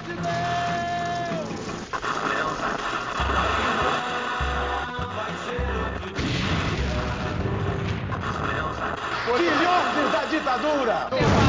Filhotes da ditadura!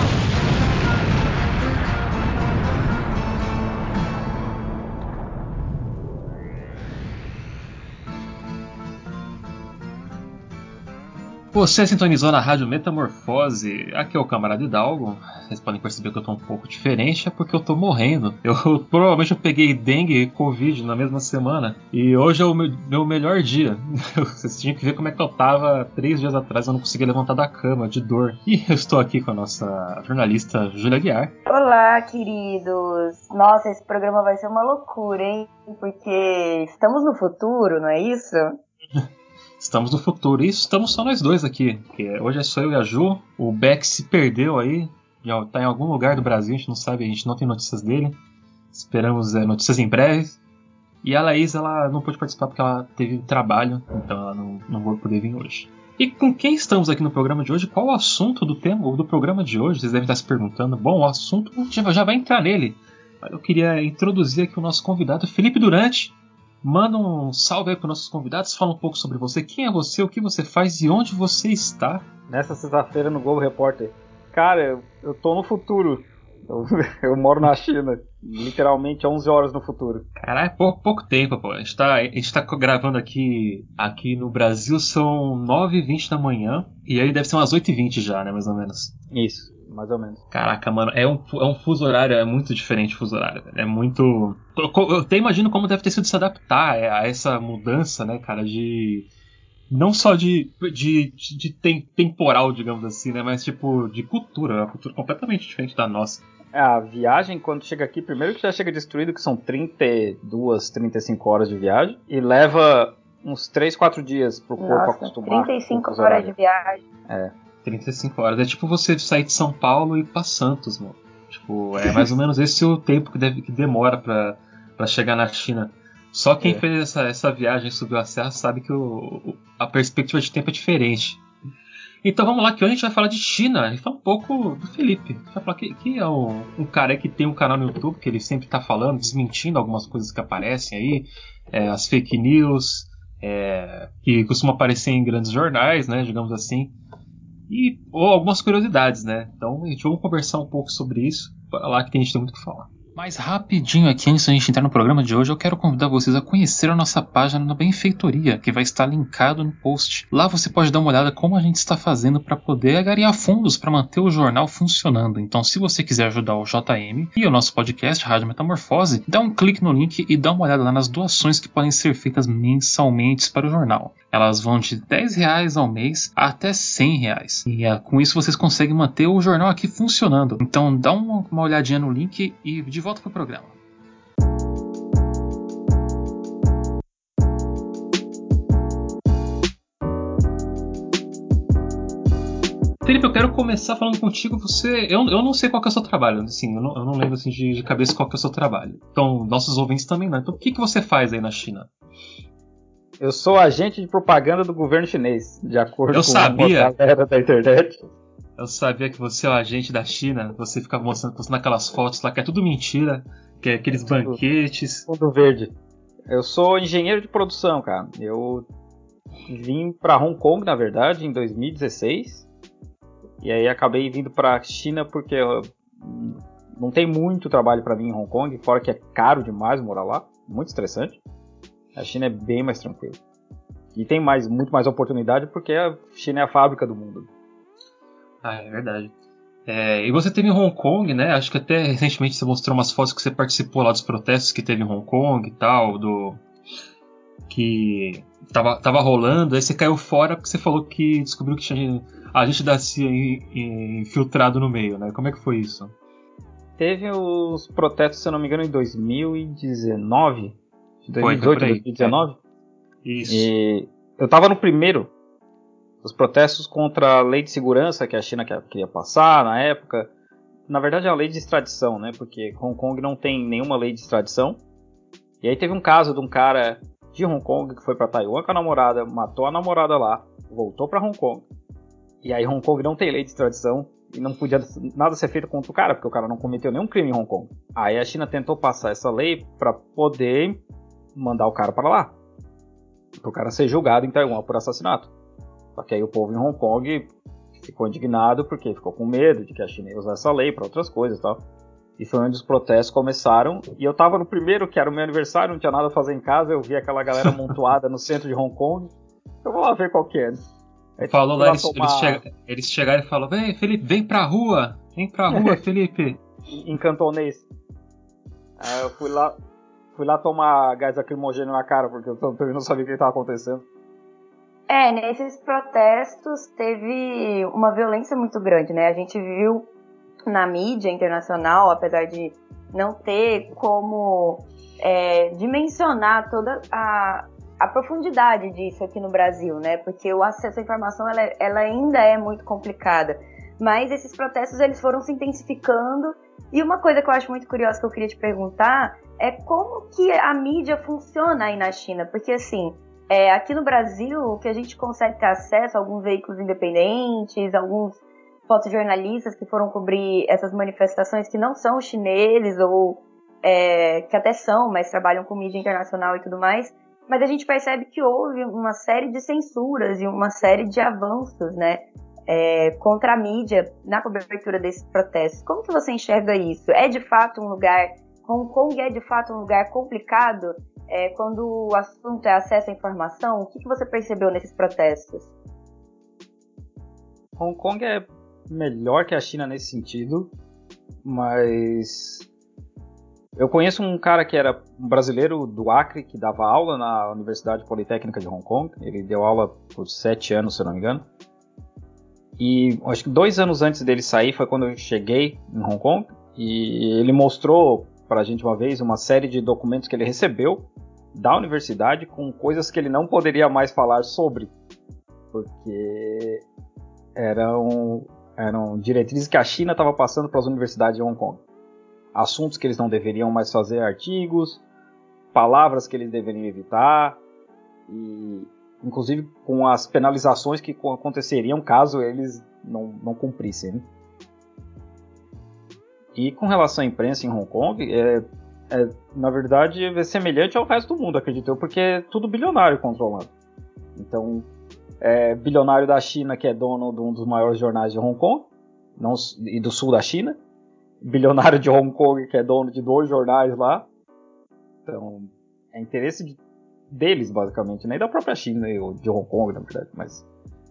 Você sintonizou na Rádio Metamorfose. Aqui é o camarada Hidalgo. Vocês podem perceber que eu tô um pouco diferente, é porque eu tô morrendo. Provavelmente eu peguei dengue e covid na mesma semana. E hoje é o meu melhor dia. Vocês tinham que ver como é que eu tava 3 dias atrás. Eu não conseguia levantar da cama de dor. E eu estou aqui com a nossa jornalista Júlia Guiar. Olá, queridos. Nossa, esse programa vai ser uma loucura, hein? Porque estamos no futuro, não é isso? Estamos no futuro. E estamos só nós dois aqui. Porque hoje é só eu e a Ju. O Beck se perdeu aí. Já tá em algum lugar do Brasil. A gente não sabe, a gente não tem notícias dele. Esperamos notícias em breve. E a Laís, ela não pôde participar porque ela teve trabalho. Então ela não vai poder vir hoje. E com quem estamos aqui no programa de hoje? Qual o assunto do tema do programa de hoje? Vocês devem estar se perguntando. Bom, o assunto já vai entrar nele. Mas eu queria introduzir aqui o nosso convidado, Felipe Durante. Manda um salve aí para nossos convidados, fala um pouco sobre você, quem é você, o que você faz e onde você está. Nessa sexta-feira no Globo Repórter. Cara, eu tô no futuro. Eu moro na China, literalmente 11 horas no futuro. Caralho, é pouco tempo, pô. A gente tá gravando aqui no Brasil, são 9h20 da manhã, e aí deve ser umas 8h20 já, né, mais ou menos. Isso, mais ou menos. Caraca, mano, é um fuso horário, é muito diferente o fuso horário. É muito... Eu até imagino como deve ter sido se adaptar a essa mudança, né, cara, de... Não só de temporal, digamos assim, né, mas tipo, de cultura. É uma cultura completamente diferente da nossa. A viagem, quando chega aqui, primeiro que já chega destruído, que são 32, 35 horas de viagem, e leva uns 3, 4 dias pro corpo acostumar. 35 horas de viagem. É. 35 horas. É tipo você sair de São Paulo e ir pra Santos, mano. Tipo, é mais ou menos esse o tempo que demora pra chegar na China. Só quem fez essa viagem e subiu a serra sabe que a perspectiva de tempo é diferente. Então vamos lá, que hoje a gente vai falar de China. A gente fala um pouco do Felipe. A gente vai falar que é um cara aí que tem um canal no YouTube, que ele sempre tá falando, desmentindo algumas coisas que aparecem aí, as fake news, que costumam aparecer em grandes jornais, né, digamos assim. Ou algumas curiosidades, né? Então a gente vai conversar um pouco sobre isso. Para lá que a gente tem muito o que falar. Mas rapidinho aqui, antes da gente entrar no programa de hoje, eu quero convidar vocês a conhecer a nossa página na Benfeitoria, que vai estar linkado no post. Lá você pode dar uma olhada como a gente está fazendo para poder angariar fundos para manter o jornal funcionando. Então, se você quiser ajudar o JM e o nosso podcast, Rádio Metamorfose, dá um clique no link e dá uma olhada lá nas doações que podem ser feitas mensalmente para o jornal. Elas vão de R$10 ao mês até R$100. E com isso vocês conseguem manter o jornal aqui funcionando. Então dá uma olhadinha no link e de volta pro programa. Felipe, eu quero começar falando contigo. Eu não sei qual que é o seu trabalho, assim, eu não lembro assim, de cabeça qual que é o seu trabalho. Então, nossos ouvintes também não. Então, o que você faz aí na China? Eu sou agente de propaganda do governo chinês, de acordo com a galera da internet. Eu sabia que você é o agente da China, você ficava postando aquelas fotos lá que é tudo mentira, que é aqueles banquetes. Fundo verde. Eu sou engenheiro de produção, cara. Eu vim pra Hong Kong, na verdade, em 2016. E aí acabei vindo pra China porque não tem muito trabalho pra mim em Hong Kong, fora que é caro demais morar lá, muito estressante. A China é bem mais tranquila. E tem muito mais oportunidade porque a China é a fábrica do mundo. Ah, é verdade. E você teve em Hong Kong, né? Acho que até recentemente você mostrou umas fotos que você participou lá dos protestos que teve em Hong Kong e tal, que tava rolando, aí você caiu fora porque você falou que descobriu que tinha agente da CIA infiltrado no meio, né? Como é que foi isso? Teve os protestos, se eu não me engano, em 2019. 2018, foi por aí. 2019. Isso. E eu tava no primeiro. Os protestos contra a lei de segurança que a China queria passar na época. Na verdade é a lei de extradição, né? Porque Hong Kong não tem nenhuma lei de extradição. E aí teve um caso de um cara de Hong Kong que foi pra Taiwan com a namorada, matou a namorada lá, voltou pra Hong Kong. E aí Hong Kong não tem lei de extradição. e não podia nada ser feito contra o cara, porque o cara não cometeu nenhum crime em Hong Kong. Aí a China tentou passar essa lei para poder mandar o cara para lá, para o cara ser julgado em Taiwan por assassinato. Só que aí o povo em Hong Kong ficou indignado porque ficou com medo de que a China ia usar essa lei para outras coisas e tal. E foi onde os protestos começaram. E eu tava no primeiro, que era o meu aniversário, não tinha nada a fazer em casa. Eu vi aquela galera amontoada no centro de Hong Kong. Eu vou lá ver qual que é. Falou lá, eles chegaram e falaram: vem, Felipe, vem pra rua, Felipe. Em cantonês. Aí eu fui lá tomar gás lacrimogêneo na cara, porque eu também não sabia o que estava acontecendo. Nesses protestos teve uma violência muito grande, né? A gente viu na mídia internacional, apesar de não ter como dimensionar toda a profundidade disso aqui no Brasil, né? Porque o acesso à informação ela ainda é muito complicada. Mas esses protestos eles foram se intensificando. E uma coisa que eu acho muito curiosa que eu queria te perguntar é como que a mídia funciona aí na China. Porque assim, aqui no Brasil, o que a gente consegue ter acesso a alguns veículos independentes, alguns fotojornalistas que foram cobrir essas manifestações que não são chineses ou que até são, mas trabalham com mídia internacional e tudo mais. Mas a gente percebe que houve uma série de censuras e uma série de avanços, né, contra a mídia na cobertura desses protestos. Como que você enxerga isso? É de fato um lugar, Hong Kong é de fato um lugar complicado quando o assunto é acesso à informação? O que você percebeu nesses protestos? Hong Kong é melhor que a China nesse sentido, mas eu conheço um cara que era um brasileiro do Acre, que dava aula na Universidade Politécnica de Hong Kong. Ele deu aula por 7 anos, se eu não me engano. E acho que 2 anos antes dele sair foi quando eu cheguei em Hong Kong. E ele mostrou pra gente uma vez uma série de documentos que ele recebeu da universidade com coisas que ele não poderia mais falar sobre. Porque eram diretrizes que a China estava passando para as universidades de Hong Kong. Assuntos que eles não deveriam mais fazer artigos, palavras que eles deveriam evitar, e inclusive com as penalizações que aconteceriam caso eles não cumprissem. Né? E com relação à imprensa em Hong Kong, na verdade é semelhante ao resto do mundo, acredito eu, porque é tudo bilionário controlando. Então, bilionário da China que é dono de um dos maiores jornais de Hong Kong e do sul da China, bilionário de Hong Kong que é dono de 2 jornais lá. Então é interesse deles basicamente, né? E da própria China ou de Hong Kong na verdade, mas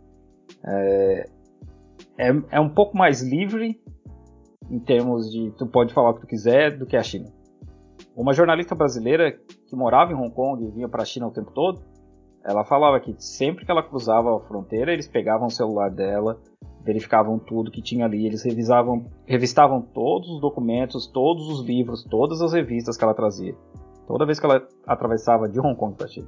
é um pouco mais livre em termos de tu pode falar o que tu quiser do que a China. Uma jornalista brasileira que morava em Hong Kong e vinha para a China o tempo todo, ela falava que sempre que ela cruzava a fronteira, eles pegavam o celular dela, verificavam tudo que tinha ali, eles revistavam todos os documentos, todos os livros, todas as revistas que ela trazia, toda vez que ela atravessava de Hong Kong para a China.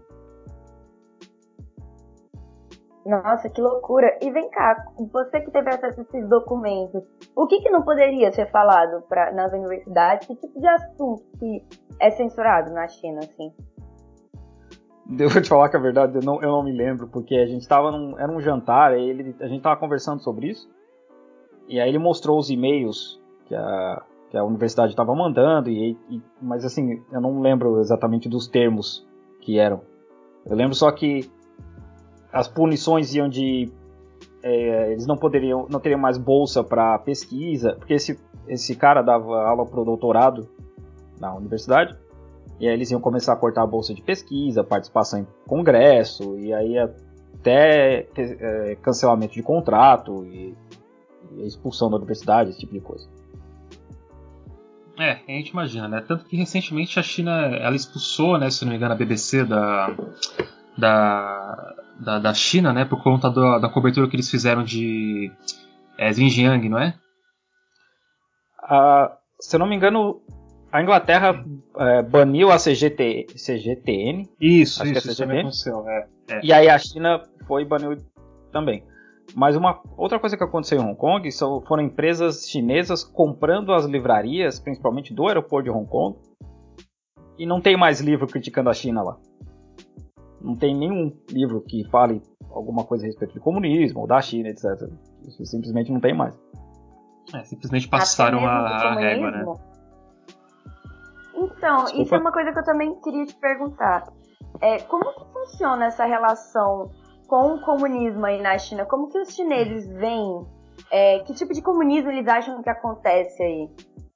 Nossa, que loucura! E vem cá, você que teve acesso a esses documentos, o que não poderia ser falado nas universidades? Que tipo de assunto que é censurado na China, assim? Devo te falar que a verdade eu não me lembro, porque a gente tava era um jantar, a gente tava conversando sobre isso, e aí ele mostrou os e-mails que a universidade estava mandando, mas assim, eu não lembro exatamente dos termos que eram. Eu lembro só que as punições iam de eles não teriam mais bolsa para pesquisa, porque esse cara dava aula pro doutorado na universidade. E aí eles iam começar a cortar a bolsa de pesquisa, participação em congresso, e aí até cancelamento de contrato e expulsão da universidade, esse tipo de coisa. A gente imagina, né? Tanto que recentemente a China ela expulsou, né, se não me engano, a BBC da China, né, por conta da cobertura que eles fizeram de Xinjiang, não é? Se eu não me engano, a Inglaterra baniu a CGTN. Isso, acho que isso também aconteceu. E aí a China foi e baniu também. Mas uma outra coisa que aconteceu em Hong Kong foram empresas chinesas comprando as livrarias, principalmente do aeroporto de Hong Kong, e não tem mais livro criticando a China lá. Não tem nenhum livro que fale alguma coisa a respeito de comunismo ou da China, etc. Isso simplesmente não tem mais. Simplesmente passaram a régua, né? Então, Desculpa. isso é uma coisa que eu também queria te perguntar. Como que funciona essa relação com o comunismo aí na China? Como que os chineses veem? Que tipo de comunismo eles acham que acontece aí?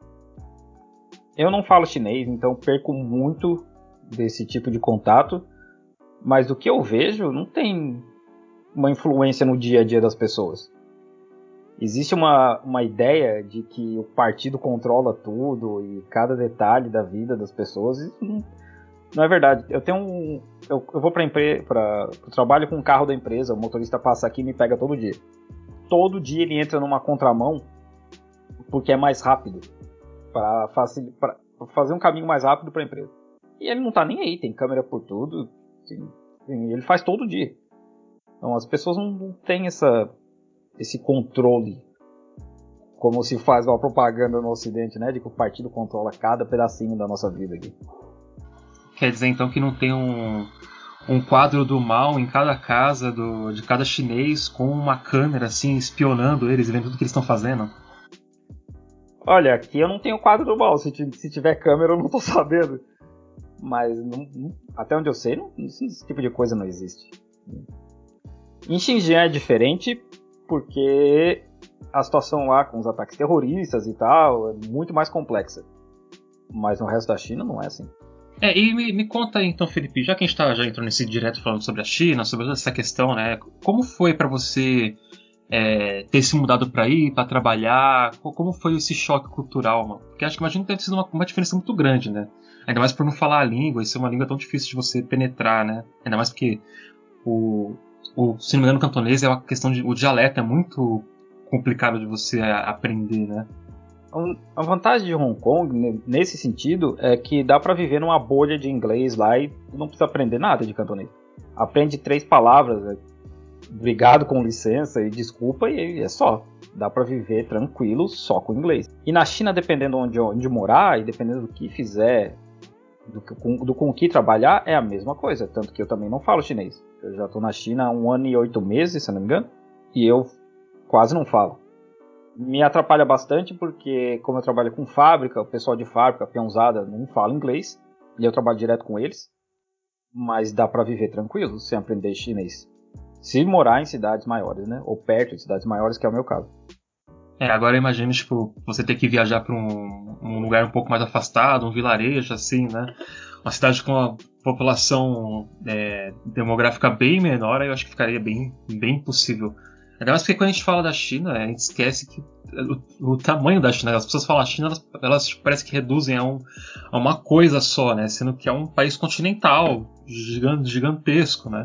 Eu não falo chinês, então perco muito desse tipo de contato. Mas o que eu vejo não tem uma influência no dia a dia das pessoas. Existe uma ideia de que o partido controla tudo e cada detalhe da vida das pessoas. Isso não é verdade. Eu vou para o trabalho com o carro da empresa, o motorista passa aqui e me pega todo dia. Todo dia ele entra numa contramão porque é mais rápido, para fazer um caminho mais rápido para a empresa. E ele não tá nem aí, tem câmera por tudo, ele faz todo dia. Então as pessoas não têm esse controle, como se faz uma propaganda no Ocidente, né, de que o partido controla cada pedacinho da nossa vida aqui. Quer dizer então que não tem um quadro do mal em cada casa de cada chinês com uma câmera assim espionando eles e vendo tudo que eles estão fazendo? Olha, aqui eu não tenho quadro do mal, se tiver câmera eu não tô sabendo. Mas até onde eu sei, esse tipo de coisa não existe. Em Xinjiang é diferente porque a situação lá com os ataques terroristas e tal é muito mais complexa. Mas no resto da China não é assim. E me conta aí, então, Felipe, já que a gente já entrou nesse direto falando sobre a China, sobre essa questão, né? Como foi para você ter se mudado para aí, para trabalhar? Como foi esse choque cultural, mano? Porque acho que imagino que deve ter sido uma diferença muito grande, né? Ainda mais por não falar a língua, e ser uma língua tão difícil de você penetrar, né? Ainda mais porque se não me engano, o cantonês é uma questão o dialeto é muito complicado de você aprender, né? A vantagem de Hong Kong, nesse sentido, é que dá para viver numa bolha de inglês lá e não precisa aprender nada de cantonês. Aprende 3 palavras, né? Obrigado, com licença e desculpa, e é só. Dá para viver tranquilo só com inglês. E na China, dependendo onde morar e dependendo do que fizer, com o que trabalhar, é a mesma coisa. Tanto que eu também não falo chinês. Eu já estou na China há 1 ano e 8 meses, se não me engano, e eu quase não falo. Me atrapalha bastante porque, como eu trabalho com fábrica, o pessoal de fábrica, peãozada, não fala inglês, e eu trabalho direto com eles, mas dá para viver tranquilo sem aprender chinês. Se morar em cidades maiores, né? Ou perto de cidades maiores, que é o meu caso. Agora imagine, tipo, você ter que viajar para um lugar um pouco mais afastado, um vilarejo, assim, né? Uma cidade com uma população demográfica bem menor, eu acho que ficaria bem, bem impossível. Ainda mais porque quando a gente fala da China, a gente esquece que o tamanho da China, as pessoas falam a China, elas parece que reduzem a uma coisa só, né? Sendo que é um país continental, gigantesco, né?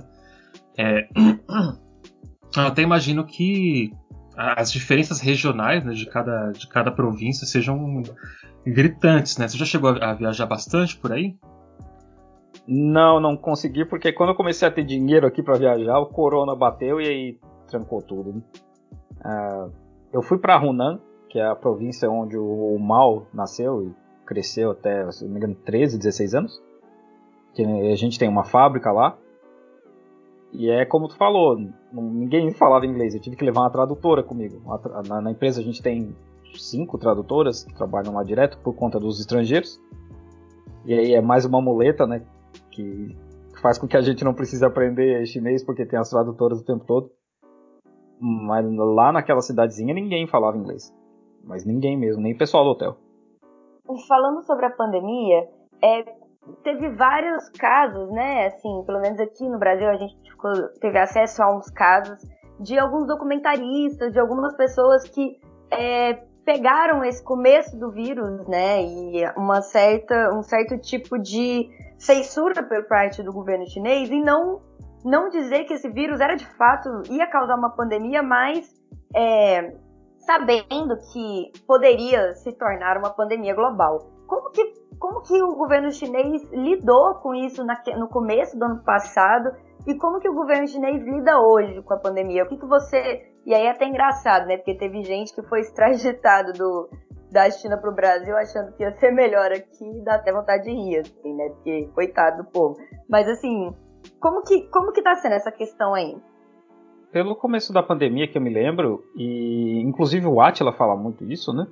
Eu até imagino que as diferenças regionais, né, de cada província sejam gritantes, né? Você já chegou a viajar bastante por aí? Não consegui, porque quando eu comecei a ter dinheiro aqui para viajar, o corona bateu e aí trancou tudo. Né? Eu fui para Hunan, que é a província onde o Mao nasceu e cresceu até, se não me engano, 13, 16 anos. Que a gente tem uma fábrica lá. E é como tu falou, ninguém falava inglês, eu tive que levar uma tradutora comigo. Na empresa a gente tem 5 tradutoras que trabalham lá direto por conta dos estrangeiros. E aí é mais uma muleta, né, que faz com que a gente não precise aprender chinês porque tem as tradutoras o tempo todo. Mas lá naquela cidadezinha ninguém falava inglês. Mas ninguém mesmo, nem o pessoal do hotel. Falando sobre a pandemia, teve vários casos, né? Assim, pelo menos aqui no Brasil a gente teve acesso a uns casos de alguns documentaristas, de algumas pessoas que pegaram esse começo do vírus, né? E um certo tipo de censura por parte do governo chinês e não dizer que esse vírus era de fato ia causar uma pandemia, mas sabendo que poderia se tornar uma pandemia global. Como que o governo chinês lidou com isso no começo do ano passado e como que o governo chinês lida hoje com a pandemia? O que você... E aí é até engraçado, né? Porque teve gente que foi extraditado da China pro Brasil achando que ia ser melhor aqui, dá até vontade de rir, assim, né? Porque coitado do povo. Mas assim, como que tá sendo essa questão aí? pelo começo da pandemia que eu me lembro, e inclusive o Átila fala muito isso, né?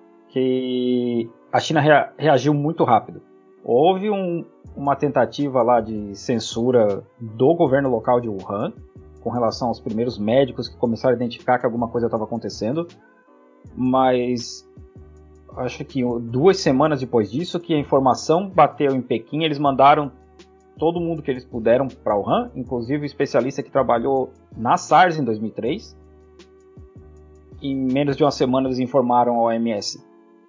Que a China reagiu muito rápido. Houve uma tentativa lá de censura do governo local de Wuhan, com relação aos primeiros médicos que começaram a identificar que alguma coisa estava acontecendo, mas acho que 2 semanas depois disso, que a informação bateu em Pequim, eles mandaram todo mundo que eles puderam para Wuhan, inclusive o especialista que trabalhou na SARS em 2003. Em menos de uma semana eles informaram a OMS.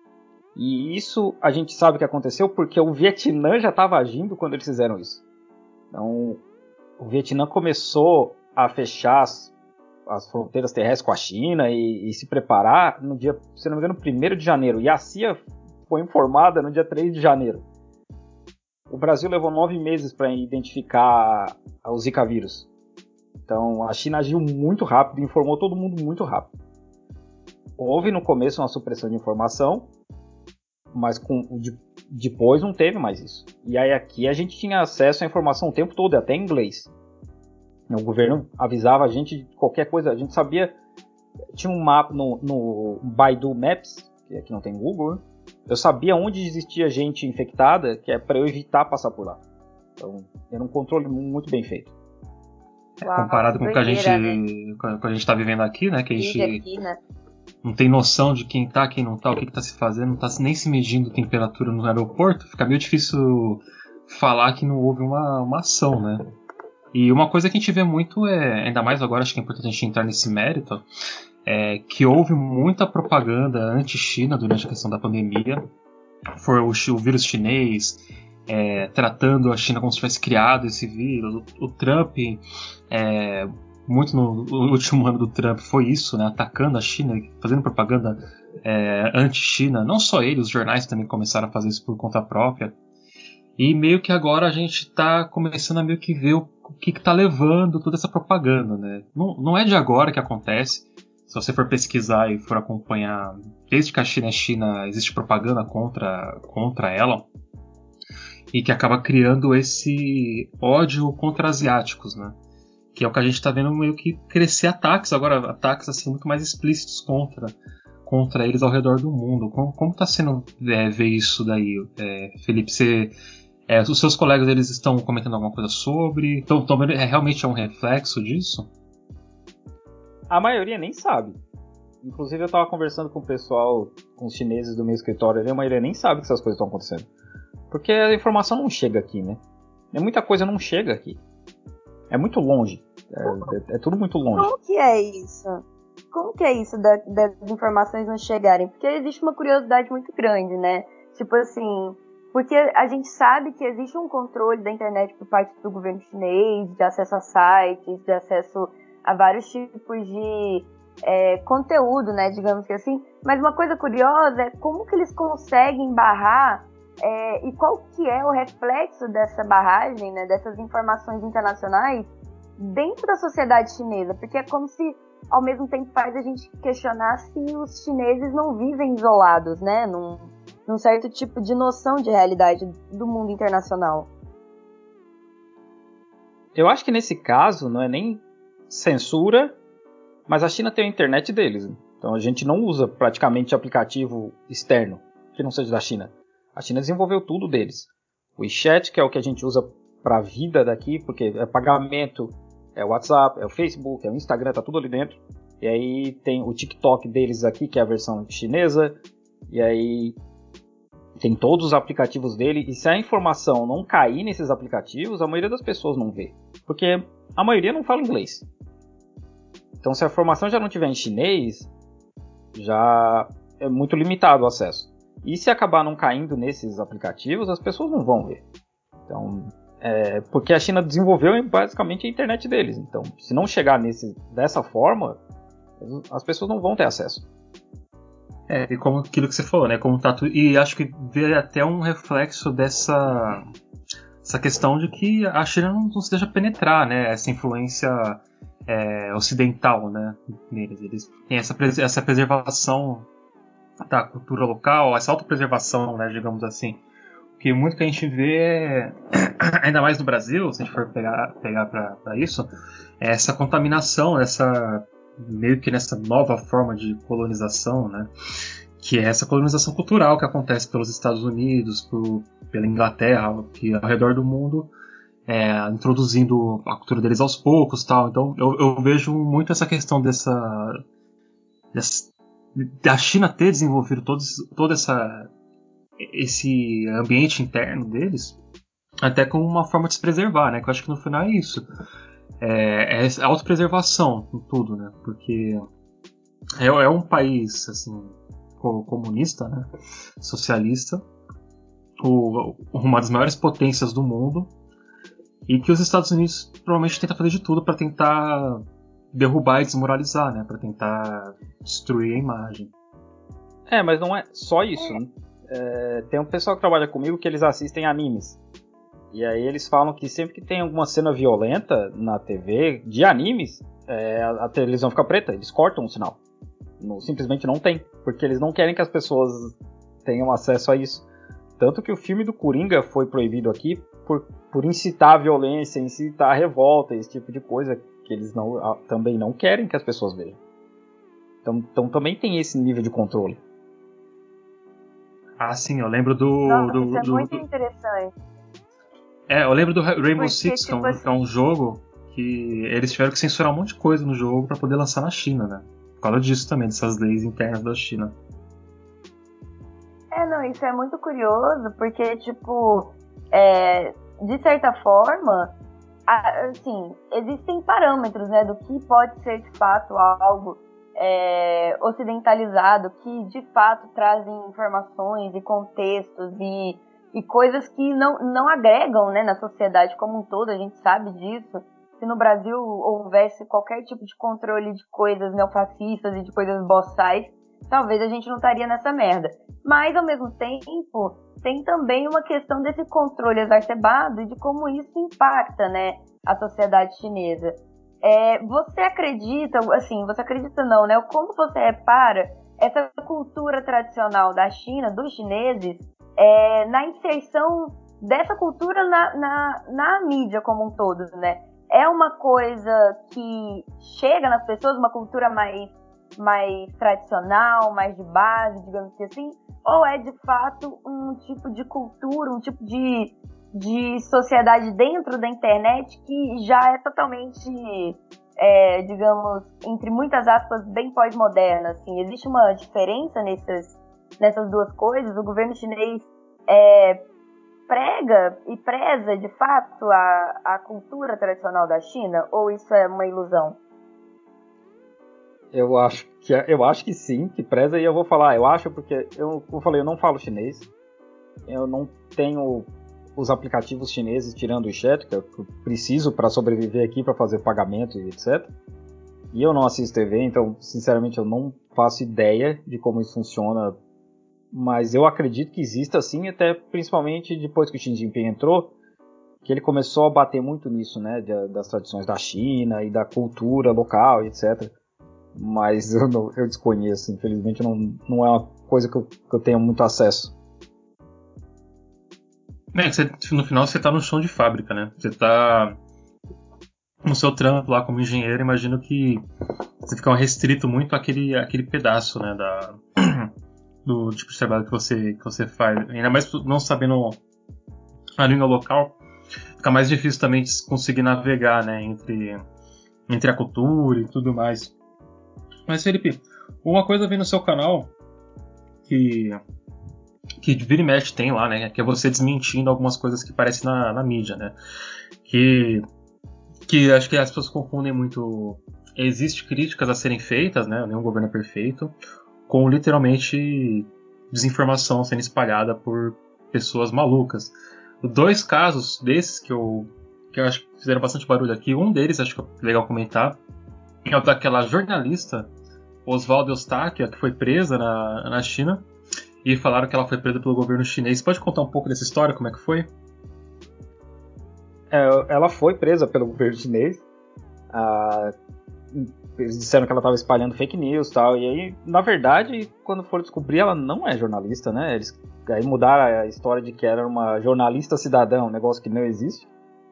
E isso a gente sabe que aconteceu porque o Vietnã já estava agindo quando eles fizeram isso. Então, o Vietnã começou a fechar as fronteiras terrestres com a China e se preparar no dia, se não me engano, 1º de janeiro. E a CIA foi informada no dia 3 de janeiro. O Brasil levou 9 meses para identificar o Zika vírus. Então, a China agiu muito rápido e informou todo mundo muito rápido. Houve no começo uma supressão de informação, mas depois não teve mais isso. E aí aqui a gente tinha acesso à informação o tempo todo, até em inglês. O governo avisava a gente de qualquer coisa, a gente sabia. Tinha um mapa no Baidu Maps, que aqui não tem Google, né? Eu sabia onde existia gente infectada, que é para eu evitar passar por lá. Então, era um controle muito bem feito. Comparado com o que a gente está vivendo aqui, né? Que a gente não tem noção de quem tá, quem não tá, o que tá se fazendo, não tá nem se medindo temperatura no aeroporto, fica meio difícil falar que não houve uma ação, né? E uma coisa que a gente vê muito ainda mais agora, acho que é importante a gente entrar nesse mérito, é que houve muita propaganda anti-China durante a questão da pandemia. Foi o vírus chinês, tratando a China como se tivesse criado esse vírus. O Trump, muito no último ano do Trump, foi isso, né? Atacando a China, fazendo propaganda anti-China. Não só ele, os jornais também começaram a fazer isso por conta própria. E meio que agora a gente está começando a meio que ver o que está levando toda essa propaganda, né? Não é de agora que acontece. Se você for pesquisar e for acompanhar, desde que a China é China, existe propaganda contra ela. E que acaba criando esse ódio contra asiáticos, né? Que é o que a gente está vendo meio que crescer ataques, agora ataques assim, muito mais explícitos contra eles ao redor do mundo. Como está sendo ver isso daí, Felipe? Os seus colegas eles estão comentando alguma coisa sobre? Então, realmente é um reflexo disso? A maioria nem sabe. Inclusive eu estava conversando com o pessoal, com os chineses do meu escritório, a maioria nem sabe que essas coisas estão acontecendo. Porque a informação não chega aqui, né? Muita coisa não chega aqui. É muito longe. É tudo muito longe. Como que é isso? Como que é isso das informações não chegarem? Porque existe uma curiosidade muito grande, né? Tipo assim, porque a gente sabe que existe um controle da internet por parte do governo chinês, de acesso a sites, de acesso a vários tipos de conteúdo, né? Digamos que assim. Mas uma coisa curiosa é como que eles conseguem barrar e qual que é o reflexo dessa barragem, né? Dessas informações internacionais dentro da sociedade chinesa, porque é como se ao mesmo tempo faz a gente questionar se os chineses não vivem isolados, né, num certo tipo de noção de realidade do mundo internacional. Eu acho que nesse caso não é nem censura, mas a China tem a internet deles, então a gente não usa praticamente aplicativo externo que não seja da China. A China desenvolveu tudo deles. O WeChat, que é o que a gente usa para a vida daqui, porque é pagamento, é o WhatsApp, é o Facebook, é o Instagram, tá tudo ali dentro. E aí tem o TikTok deles aqui, que é a versão chinesa. E aí tem todos os aplicativos dele. E se a informação não cair nesses aplicativos, a maioria das pessoas não vê. Porque a maioria não fala inglês. Então se a informação já não tiver em chinês, já é muito limitado o acesso. E se acabar não caindo nesses aplicativos, as pessoas não vão ver. Então, porque a China desenvolveu basicamente a internet deles. Então, se não chegar dessa forma, as pessoas não vão ter acesso. E como aquilo que você falou, né? Como tá e acho que vê até um reflexo dessa questão de que a China não se deixa penetrar, né? Essa influência ocidental, né? Neles. Eles têm essa preservação da cultura local, essa autopreservação, né? Digamos assim. Porque muito que a gente vê ainda mais no Brasil, se a gente for pegar para isso, é essa contaminação, meio que nessa nova forma de colonização, né? Que é essa colonização cultural que acontece pelos Estados Unidos, pela Inglaterra, que ao redor do mundo, introduzindo a cultura deles aos poucos, tal. Então eu vejo muito essa questão da China ter desenvolvido todo esse ambiente interno deles, até como uma forma de se preservar, né? Que eu acho que no final é isso. É autopreservação em tudo, né? Porque é um país, assim, comunista, né? Socialista, uma das maiores potências do mundo, e que os Estados Unidos provavelmente tentam fazer de tudo para tentar derrubar e desmoralizar, né? Para tentar destruir a imagem. Mas não é só isso, né? Tem um pessoal que trabalha comigo que eles assistem animes. E aí eles falam que sempre que tem alguma cena violenta na TV de animes, a televisão fica preta, eles cortam o sinal. Simplesmente não tem, porque eles não querem que as pessoas tenham acesso a isso. Tanto que o filme do Coringa foi proibido aqui por incitar a violência, incitar a revolta, esse tipo de coisa que eles também não querem que as pessoas vejam. Então também tem esse nível de controle. Ah, sim, eu lembro Isso é muito interessante. Eu lembro do Rainbow Porque, Six, tipo, que é um jogo que eles tiveram que censurar um monte de coisa no jogo para poder lançar na China, né? Por causa disso também, dessas leis internas da China. Isso é muito curioso, porque, tipo, de certa forma, assim, existem parâmetros, né, do que pode ser, de fato, algo ocidentalizado, que, de fato, trazem informações e contextos e coisas que não agregam, né, na sociedade como um todo, a gente sabe disso. Se no Brasil houvesse qualquer tipo de controle de coisas neofascistas e de coisas boçais, talvez a gente não estaria nessa merda. Mas, ao mesmo tempo, tem também uma questão desse controle exacerbado e de como isso impacta, né, a sociedade chinesa. Você acredita não, né? Como você repara essa cultura tradicional da China, dos chineses, na inserção dessa cultura na mídia como um todo, né? É uma coisa que chega nas pessoas, uma cultura mais tradicional, mais de base, digamos assim, ou é de fato um tipo de cultura, um tipo de sociedade dentro da internet que já é totalmente, digamos, entre muitas aspas, bem pós-moderna, assim. Existe uma diferença nessas duas coisas? O governo chinês prega e preza, de fato, a cultura tradicional da China? Ou isso é uma ilusão? Eu acho que sim, que preza, e eu vou falar, eu acho porque, como eu falei, eu não falo chinês, eu não tenho os aplicativos chineses tirando o chat, que eu preciso para sobreviver aqui, para fazer pagamento e etc. E eu não assisto TV, então, sinceramente, eu não faço ideia de como isso funciona, mas eu acredito que exista sim, até principalmente depois que o Xi Jinping entrou, que ele começou a bater muito nisso, né, das tradições da China e da cultura local, etc. Mas eu desconheço, infelizmente não é uma coisa que eu tenha muito acesso. No final você tá no chão de fábrica, né? Você tá no seu trampo lá como engenheiro, imagino que você fica restrito muito àquele pedaço, né, do tipo de trabalho que você faz. Ainda mais não sabendo a língua local, fica mais difícil também de conseguir navegar, né, entre a cultura e tudo mais. Mas, Felipe, uma coisa vem no seu canal que vira e mexe tem lá, né? Que é você desmentindo algumas coisas que aparecem na mídia, né? Que acho que as pessoas confundem muito. Existem críticas a serem feitas, né? Nenhum governo é perfeito, com literalmente desinformação sendo espalhada por pessoas malucas. Dois casos desses que eu acho que fizeram bastante barulho aqui, um deles acho que é legal comentar, é o daquela jornalista Oswaldo Eustáquio, que foi presa na China, e falaram que ela foi presa pelo governo chinês. Pode contar um pouco dessa história, como é que foi? Ela foi presa pelo governo chinês. eles disseram que ela estava espalhando fake news e tal. E aí, na verdade, quando foram descobrir, ela não é jornalista, né? Eles aí mudaram a história de que era uma jornalista cidadã, um negócio que não existe.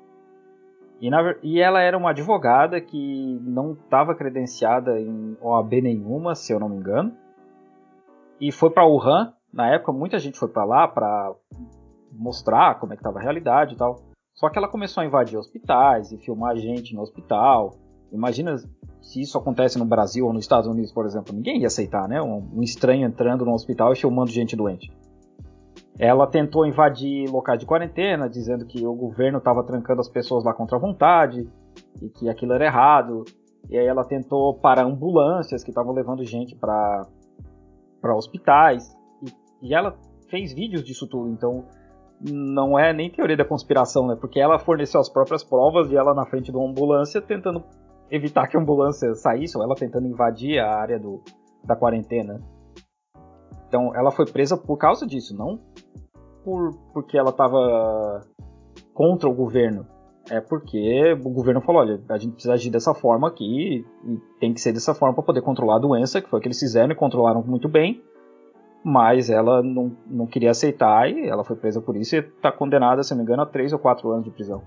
E ela era uma advogada que não estava credenciada em OAB nenhuma, se eu não me engano. E foi para Wuhan. Na época, muita gente foi para lá para mostrar como é que estava a realidade e tal. Só que ela começou a invadir hospitais e filmar gente no hospital. Imagina se isso acontece no Brasil ou nos Estados Unidos, por exemplo. Ninguém ia aceitar, né? Um estranho entrando no hospital e filmando gente doente. Ela tentou invadir locais de quarentena, dizendo que o governo estava trancando as pessoas lá contra a vontade e que aquilo era errado. E aí ela tentou parar ambulâncias que estavam levando gente para hospitais. E ela fez vídeos disso tudo, então não é nem teoria da conspiração, né? Porque ela forneceu as próprias provas e ela na frente de uma ambulância tentando evitar que a ambulância saísse, ou ela tentando invadir a área da quarentena. Então ela foi presa por causa disso, não porque ela estava contra o governo. É porque o governo falou, olha, a gente precisa agir dessa forma aqui e tem que ser dessa forma para poder controlar a doença, que foi o que eles fizeram e controlaram muito bem. Mas ela não queria aceitar e ela foi presa por isso e está condenada, se não me engano, a 3 ou 4 anos de prisão.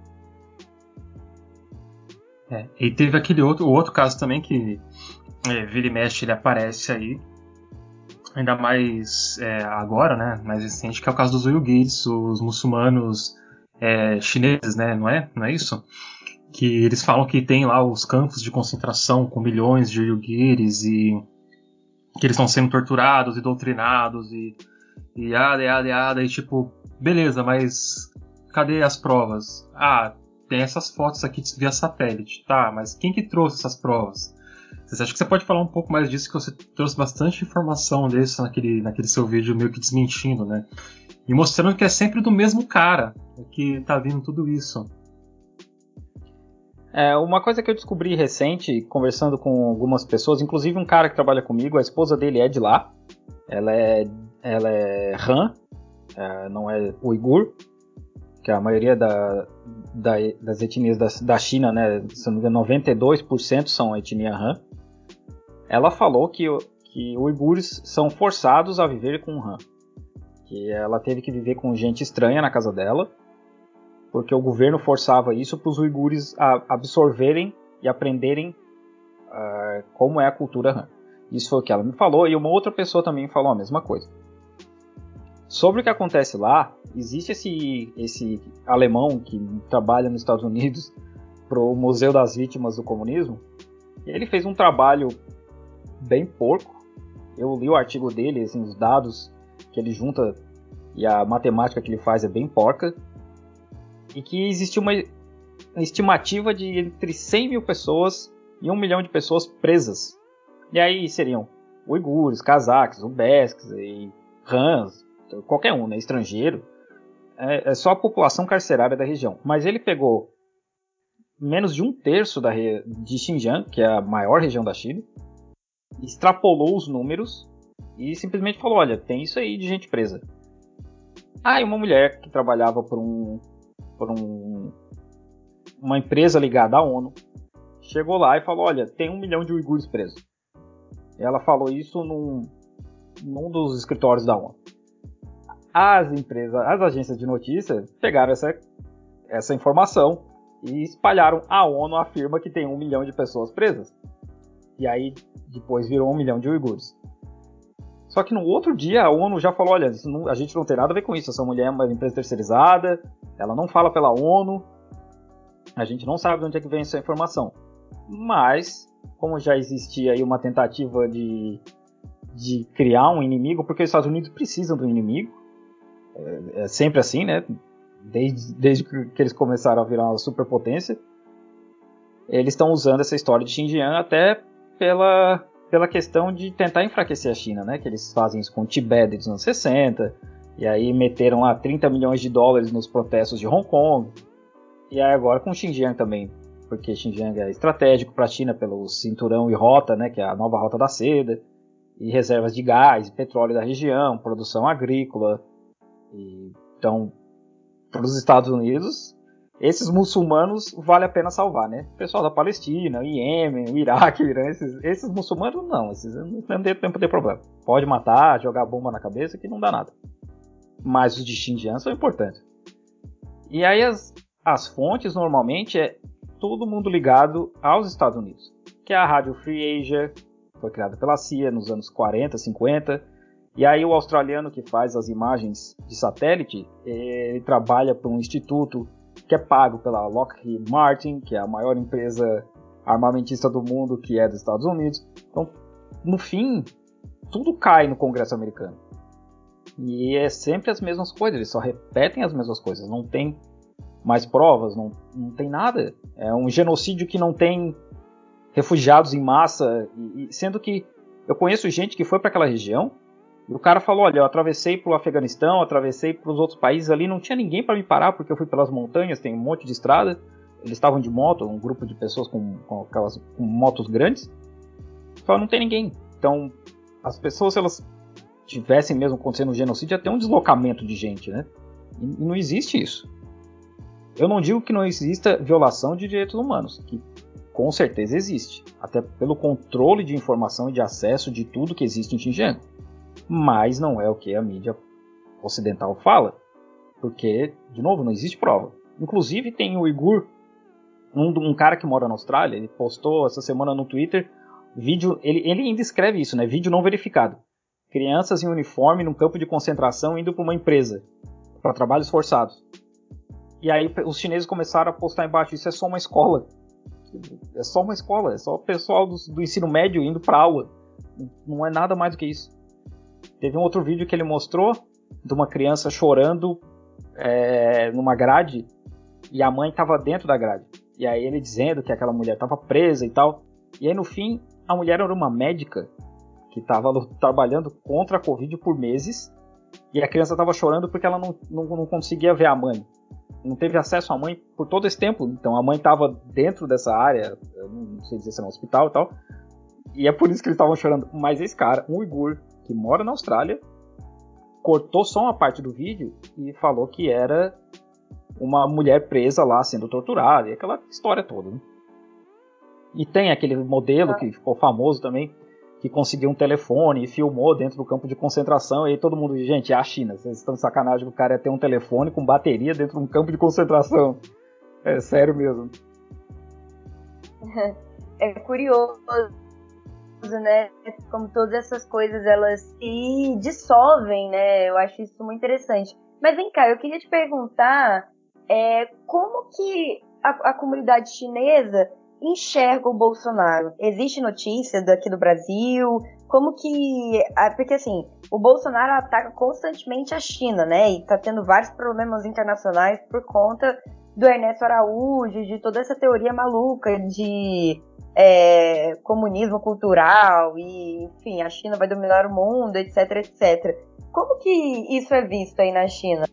E teve o outro caso também que vira e mexe, ele aparece aí, ainda mais agora, né, mais recente, que é o caso dos uigures, os muçulmanos chineses, né, não é isso? Que eles falam que tem lá os campos de concentração com milhões de uigures e que eles estão sendo torturados e doutrinados e e tipo, beleza, mas cadê as provas? Ah, tem essas fotos aqui via satélite, tá, mas quem que trouxe essas provas? Você acha que você pode falar um pouco mais disso, que você trouxe bastante informação disso naquele seu vídeo meio que desmentindo, né? E mostrando que é sempre do mesmo cara que tá vindo tudo isso. Uma coisa que eu descobri recente, conversando com algumas pessoas, inclusive um cara que trabalha comigo, a esposa dele é de lá. Ela é Han, não é uigur, que a maioria das etnias da China, né, se não me engano, 92% são a etnia Han. Ela falou que uigures são forçados a viver com Han. Que ela teve que viver com gente estranha na casa dela, porque o governo forçava isso para os uigures absorverem e aprenderem como é a cultura Han. Isso foi o que ela me falou, e uma outra pessoa também falou a mesma coisa. Sobre o que acontece lá, existe esse alemão que trabalha nos Estados Unidos para o Museu das Vítimas do Comunismo. Ele fez um trabalho bem porco. Eu li o artigo dele, assim, os dados que ele junta e a matemática que ele faz é bem porca. E que existe uma estimativa de entre 100 mil pessoas e 1 milhão de pessoas presas. E aí seriam uigures, cazaques, uzbeques e Hans, qualquer um, né, estrangeiro. É só a população carcerária da região. Mas ele pegou menos de 1/3 de Xinjiang, que é a maior região da China, extrapolou os números e simplesmente falou, olha, tem isso aí de gente presa. E uma mulher que trabalhava por uma empresa ligada à ONU chegou lá e falou, olha, tem 1 milhão de uigures presos. Ela falou isso num dos escritórios da ONU. As agências de notícia pegaram essa informação e espalharam. A ONU afirma que tem 1 milhão de pessoas presas. E aí depois virou 1 milhão de uigures. Só que no outro dia a ONU já falou, olha, a gente não tem nada a ver com isso, essa mulher é uma empresa terceirizada, ela não fala pela ONU, a gente não sabe de onde é que vem essa informação. Mas, como já existia aí uma tentativa de criar um inimigo, porque os Estados Unidos precisam de um inimigo, é sempre assim, né? Desde que eles começaram a virar uma superpotência, eles estão usando essa história de Xinjiang até pela questão de tentar enfraquecer a China, né? Que eles fazem isso com o Tibete desde os anos 60, e aí meteram lá 30 milhões de dólares nos protestos de Hong Kong, e aí agora com Xinjiang também, porque Xinjiang é estratégico para a China pelo cinturão e rota, né? Que é a nova rota da seda, e reservas de gás e petróleo da região, produção agrícola. Então, para os Estados Unidos, esses muçulmanos vale a pena salvar, né? O pessoal da Palestina, o Iêmen, o Iraque, o Irã, esses muçulmanos não, esses não tem problema. Pode matar, jogar bomba na cabeça que não dá nada. Mas os de Xinjiang são importantes. E aí as fontes normalmente é todo mundo ligado aos Estados Unidos, que é a Rádio Free Asia, foi criada pela CIA nos anos 40, 50, e aí o australiano que faz as imagens de satélite, ele trabalha para um instituto que é pago pela Lockheed Martin, que é a maior empresa armamentista do mundo, que é dos Estados Unidos. Então, no fim, tudo cai no Congresso americano. E é sempre as mesmas coisas, eles só repetem as mesmas coisas, não tem mais provas, não tem nada. É um genocídio que não tem refugiados em massa, sendo que eu conheço gente que foi para aquela região e o cara falou, olha, eu atravessei para o Afeganistão, atravessei para os outros países ali, não tinha ninguém para me parar porque eu fui pelas montanhas, tem um monte de estrada, eles estavam de moto, um grupo de pessoas com motos grandes, só não tem ninguém. Então as pessoas, se elas tivessem mesmo acontecendo um genocídio, ia ter um deslocamento de gente, né? E não existe isso. Eu não digo que não exista violação de direitos humanos, que com certeza existe, até pelo controle de informação e de acesso de tudo que existe em Xinjiang. Mas não é o que a mídia ocidental fala, porque, de novo, não existe prova. Inclusive tem o uigur, um cara que mora na Austrália, ele postou essa semana no Twitter, vídeo, ele ainda escreve isso, né? Vídeo não verificado. Crianças em uniforme num campo de concentração indo para uma empresa, para trabalhos forçados. E aí os chineses começaram a postar embaixo, isso é só uma escola. É só uma escola, é só o pessoal do ensino médio indo para aula. Não é nada mais do que isso. Teve um outro vídeo que ele mostrou de uma criança chorando numa grade e a mãe estava dentro da grade. E aí ele dizendo que aquela mulher estava presa e tal. E aí no fim, a mulher era uma médica que estava trabalhando contra a Covid por meses e a criança estava chorando porque ela não conseguia ver a mãe. Não teve acesso à mãe por todo esse tempo. Então a mãe estava dentro dessa área, eu não sei dizer se era um hospital e tal, e é por isso que eles estavam chorando. Mas esse cara, um uigur que mora na Austrália, cortou só uma parte do vídeo e falou que era uma mulher presa lá sendo torturada, e aquela história toda, né? E tem aquele modelo que ficou famoso também, que conseguiu um telefone e filmou dentro do campo de concentração, e aí todo mundo, gente, é a China, vocês estão de sacanagem que o cara ia ter um telefone com bateria dentro de um campo de concentração. É sério mesmo. É curioso, né? Como todas essas coisas, elas se dissolvem, né? Eu acho isso muito interessante. Mas vem cá, eu queria te perguntar como que a comunidade chinesa enxerga o Bolsonaro? Existe notícia daqui do Brasil? Como que... Porque, assim, o Bolsonaro ataca constantemente a China, né? E tá tendo vários problemas internacionais por conta do Ernesto Araújo, de toda essa teoria maluca de comunismo cultural e, enfim, a China vai dominar o mundo, etc, etc. Como que isso é visto aí na China?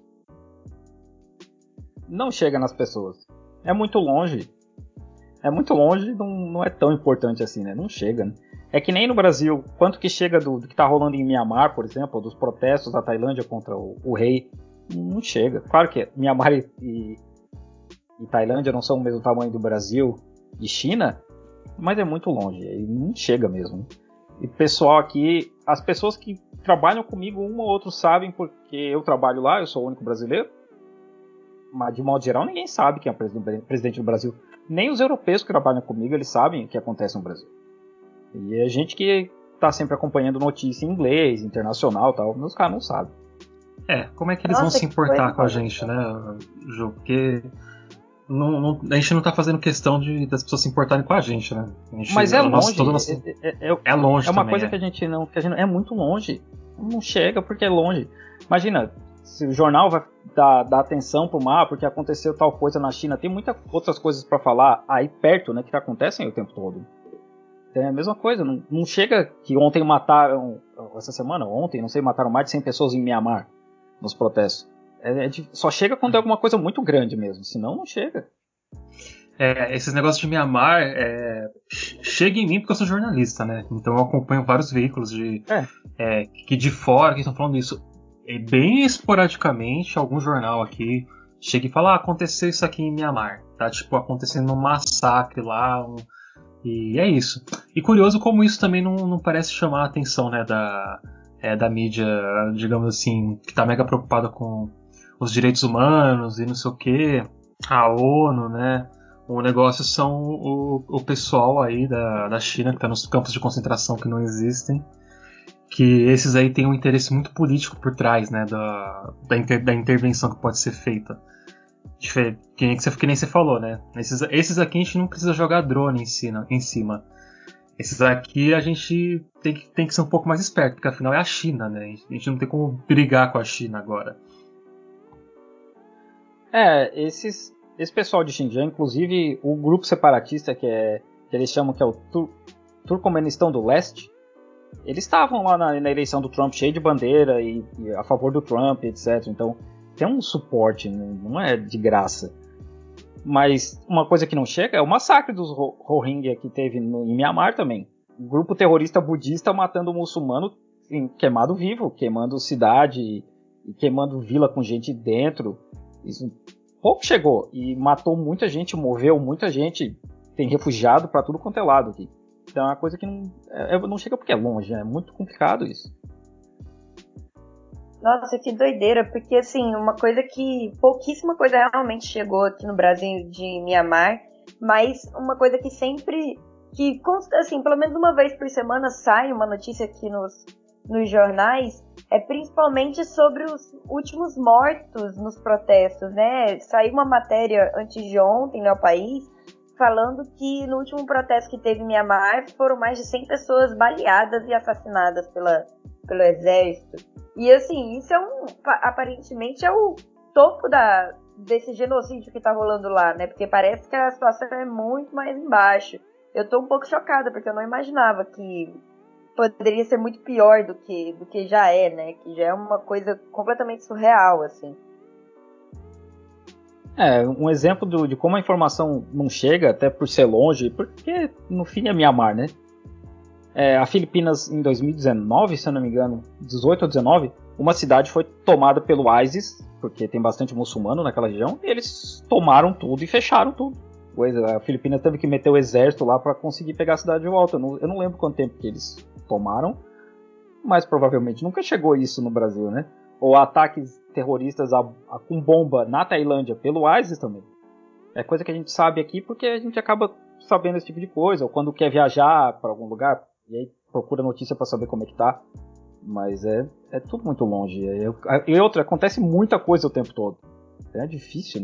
Não chega nas pessoas. É muito longe. Não é tão importante assim, né? Não chega, né? É que nem no Brasil, quanto que chega do que tá rolando em Mianmar, por exemplo, dos protestos da Tailândia contra o rei, não chega. Claro que Mianmar e Tailândia não são o mesmo tamanho do Brasil e China, mas é muito longe, e não chega mesmo. E pessoal aqui, as pessoas que trabalham comigo, um ou outro sabem porque eu trabalho lá, eu sou o único brasileiro, mas de modo geral ninguém sabe quem é o presidente do Brasil. Nem os europeus que trabalham comigo, eles sabem o que acontece no Brasil. E é gente que tá sempre acompanhando notícia em inglês, internacional e tal, mas os caras não sabem. Como é que eles vão se importar com a gente, né, Ju? Porque a gente não tá fazendo questão das pessoas se importarem com a gente, né? Mas é longe. É longe. É uma também, coisa que a gente não. É muito longe. Não chega porque é longe. Imagina, se o jornal vai dar atenção pro mar porque aconteceu tal coisa na China, tem muitas outras coisas para falar aí perto, né, que acontecem o tempo todo. É a mesma coisa. Não chega que ontem mataram, essa semana, ontem, não sei, mataram mais de 100 pessoas em Mianmar nos protestos. Só chega quando é alguma coisa muito grande mesmo, senão não chega. Esses negócios de Mianmar chega em mim porque eu sou jornalista, né? Então eu acompanho vários veículos que de fora que estão falando isso. Bem esporadicamente, algum jornal aqui chega e fala, aconteceu isso aqui em Mianmar, tá tipo acontecendo um massacre lá, e é isso. E curioso como isso também não parece chamar a atenção, né, da mídia, digamos assim, que tá mega preocupada com os direitos humanos e não sei o que, a ONU, né? O negócio são o pessoal aí da China que tá nos campos de concentração que não existem, que esses aí têm um interesse muito político por trás, né, da intervenção que pode ser feita. Que nem você falou, né? Esses aqui a gente não precisa jogar drone em cima. Esses aqui a gente tem que ser um pouco mais esperto, porque afinal é a China, né? A gente não tem como brigar com a China agora. Esse pessoal de Xinjiang, inclusive o grupo separatista que eles chamam que é o Turcomenistão do Leste, eles estavam lá na eleição do Trump cheio de bandeira e a favor do Trump, etc. Então tem um suporte, não é de graça. Mas uma coisa que não chega é o massacre dos Rohingya que teve em Myanmar também. Um grupo terrorista budista matando muçulmano, queimado vivo, queimando cidade e queimando vila com gente dentro. Isso pouco chegou e matou muita gente, moveu muita gente, tem refugiado para tudo quanto é lado aqui. Então é uma coisa que não chega porque é longe, é muito complicado isso. Nossa, que doideira, porque assim, uma coisa que pouquíssima coisa realmente chegou aqui no Brasil de Mianmar, mas uma coisa que sempre, assim, pelo menos uma vez por semana sai uma notícia aqui nos jornais, é principalmente sobre os últimos mortos nos protestos, né? Saiu uma matéria antes de ontem no País, falando que no último protesto que teve em Mianmar foram mais de 100 pessoas baleadas e assassinadas pelo exército. E assim, isso aparentemente é o topo desse genocídio que tá rolando lá, né? Porque parece que a situação é muito mais embaixo. Eu tô um pouco chocada, porque eu não imaginava que poderia ser muito pior do que já é, né? Que já é uma coisa completamente surreal, assim. Um exemplo de como a informação não chega, até por ser longe, porque no fim é Mianmar, né? A Filipinas, em 2019, se eu não me engano, 18 ou 19, uma cidade foi tomada pelo ISIS, porque tem bastante muçulmano naquela região, e eles tomaram tudo e fecharam tudo. A Filipinas teve que meter o exército lá para conseguir pegar a cidade de volta. Eu não lembro quanto tempo que eles tomaram, mas provavelmente nunca chegou isso no Brasil, né? Ou ataques terroristas com bomba na Tailândia pelo ISIS também. É coisa que a gente sabe aqui porque a gente acaba sabendo esse tipo de coisa, ou quando quer viajar para algum lugar, e aí procura notícia para saber como é que tá. Mas é tudo muito longe. E outra, acontece muita coisa o tempo todo. É difícil,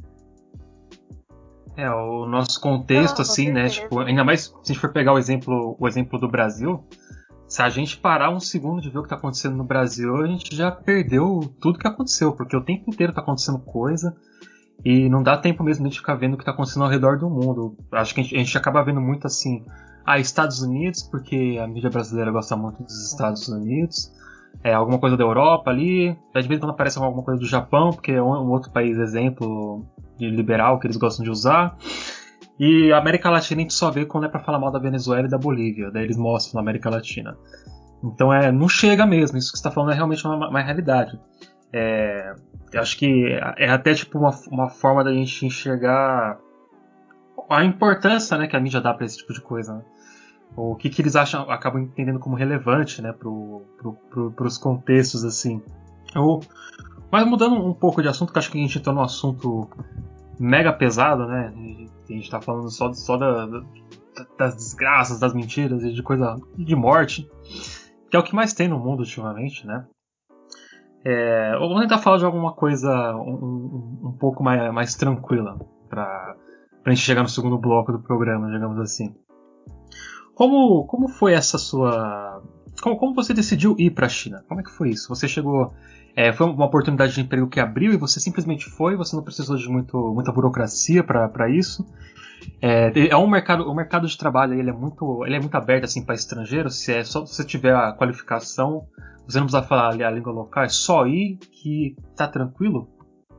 né? O nosso contexto, assim, né? Tipo, ainda mais se a gente for pegar o exemplo do Brasil, se a gente parar um segundo de ver o que tá acontecendo no Brasil, a gente já perdeu tudo que aconteceu, porque o tempo inteiro tá acontecendo coisa. E não dá tempo mesmo de ficar vendo o que está acontecendo ao redor do mundo. Acho que a gente acaba vendo muito assim, Estados Unidos, porque a mídia brasileira gosta muito dos Estados Unidos, alguma coisa da Europa ali, de vez em quando aparece alguma coisa do Japão, porque é um outro país exemplo de liberal que eles gostam de usar. E a América Latina a gente só vê quando é para falar mal da Venezuela e da Bolívia, daí eles mostram na América Latina. Então não chega mesmo, isso que você está falando é realmente uma realidade. Eu acho que é até tipo uma forma da gente enxergar a importância, né, que a mídia dá para esse tipo de coisa, né? O que eles acabam entendendo como relevante, né, pros contextos assim. Mas mudando um pouco de assunto, que acho que a gente entrou num assunto mega pesado, né? A gente tá falando só das desgraças, das mentiras e de coisa de morte, que é o que mais tem no mundo ultimamente, né? Vamos tentar falar de alguma coisa um pouco mais tranquila pra gente chegar no segundo bloco do programa, digamos assim. Como foi essa sua... Como você decidiu ir pra China? Como é que foi isso? Você chegou... foi uma oportunidade de emprego que abriu e você simplesmente foi? Você não precisou de muita burocracia para isso? O mercado de trabalho ele é muito aberto assim, para estrangeiro. Se é só você tiver a qualificação, você não precisa falar a língua local, é só ir que tá tranquilo?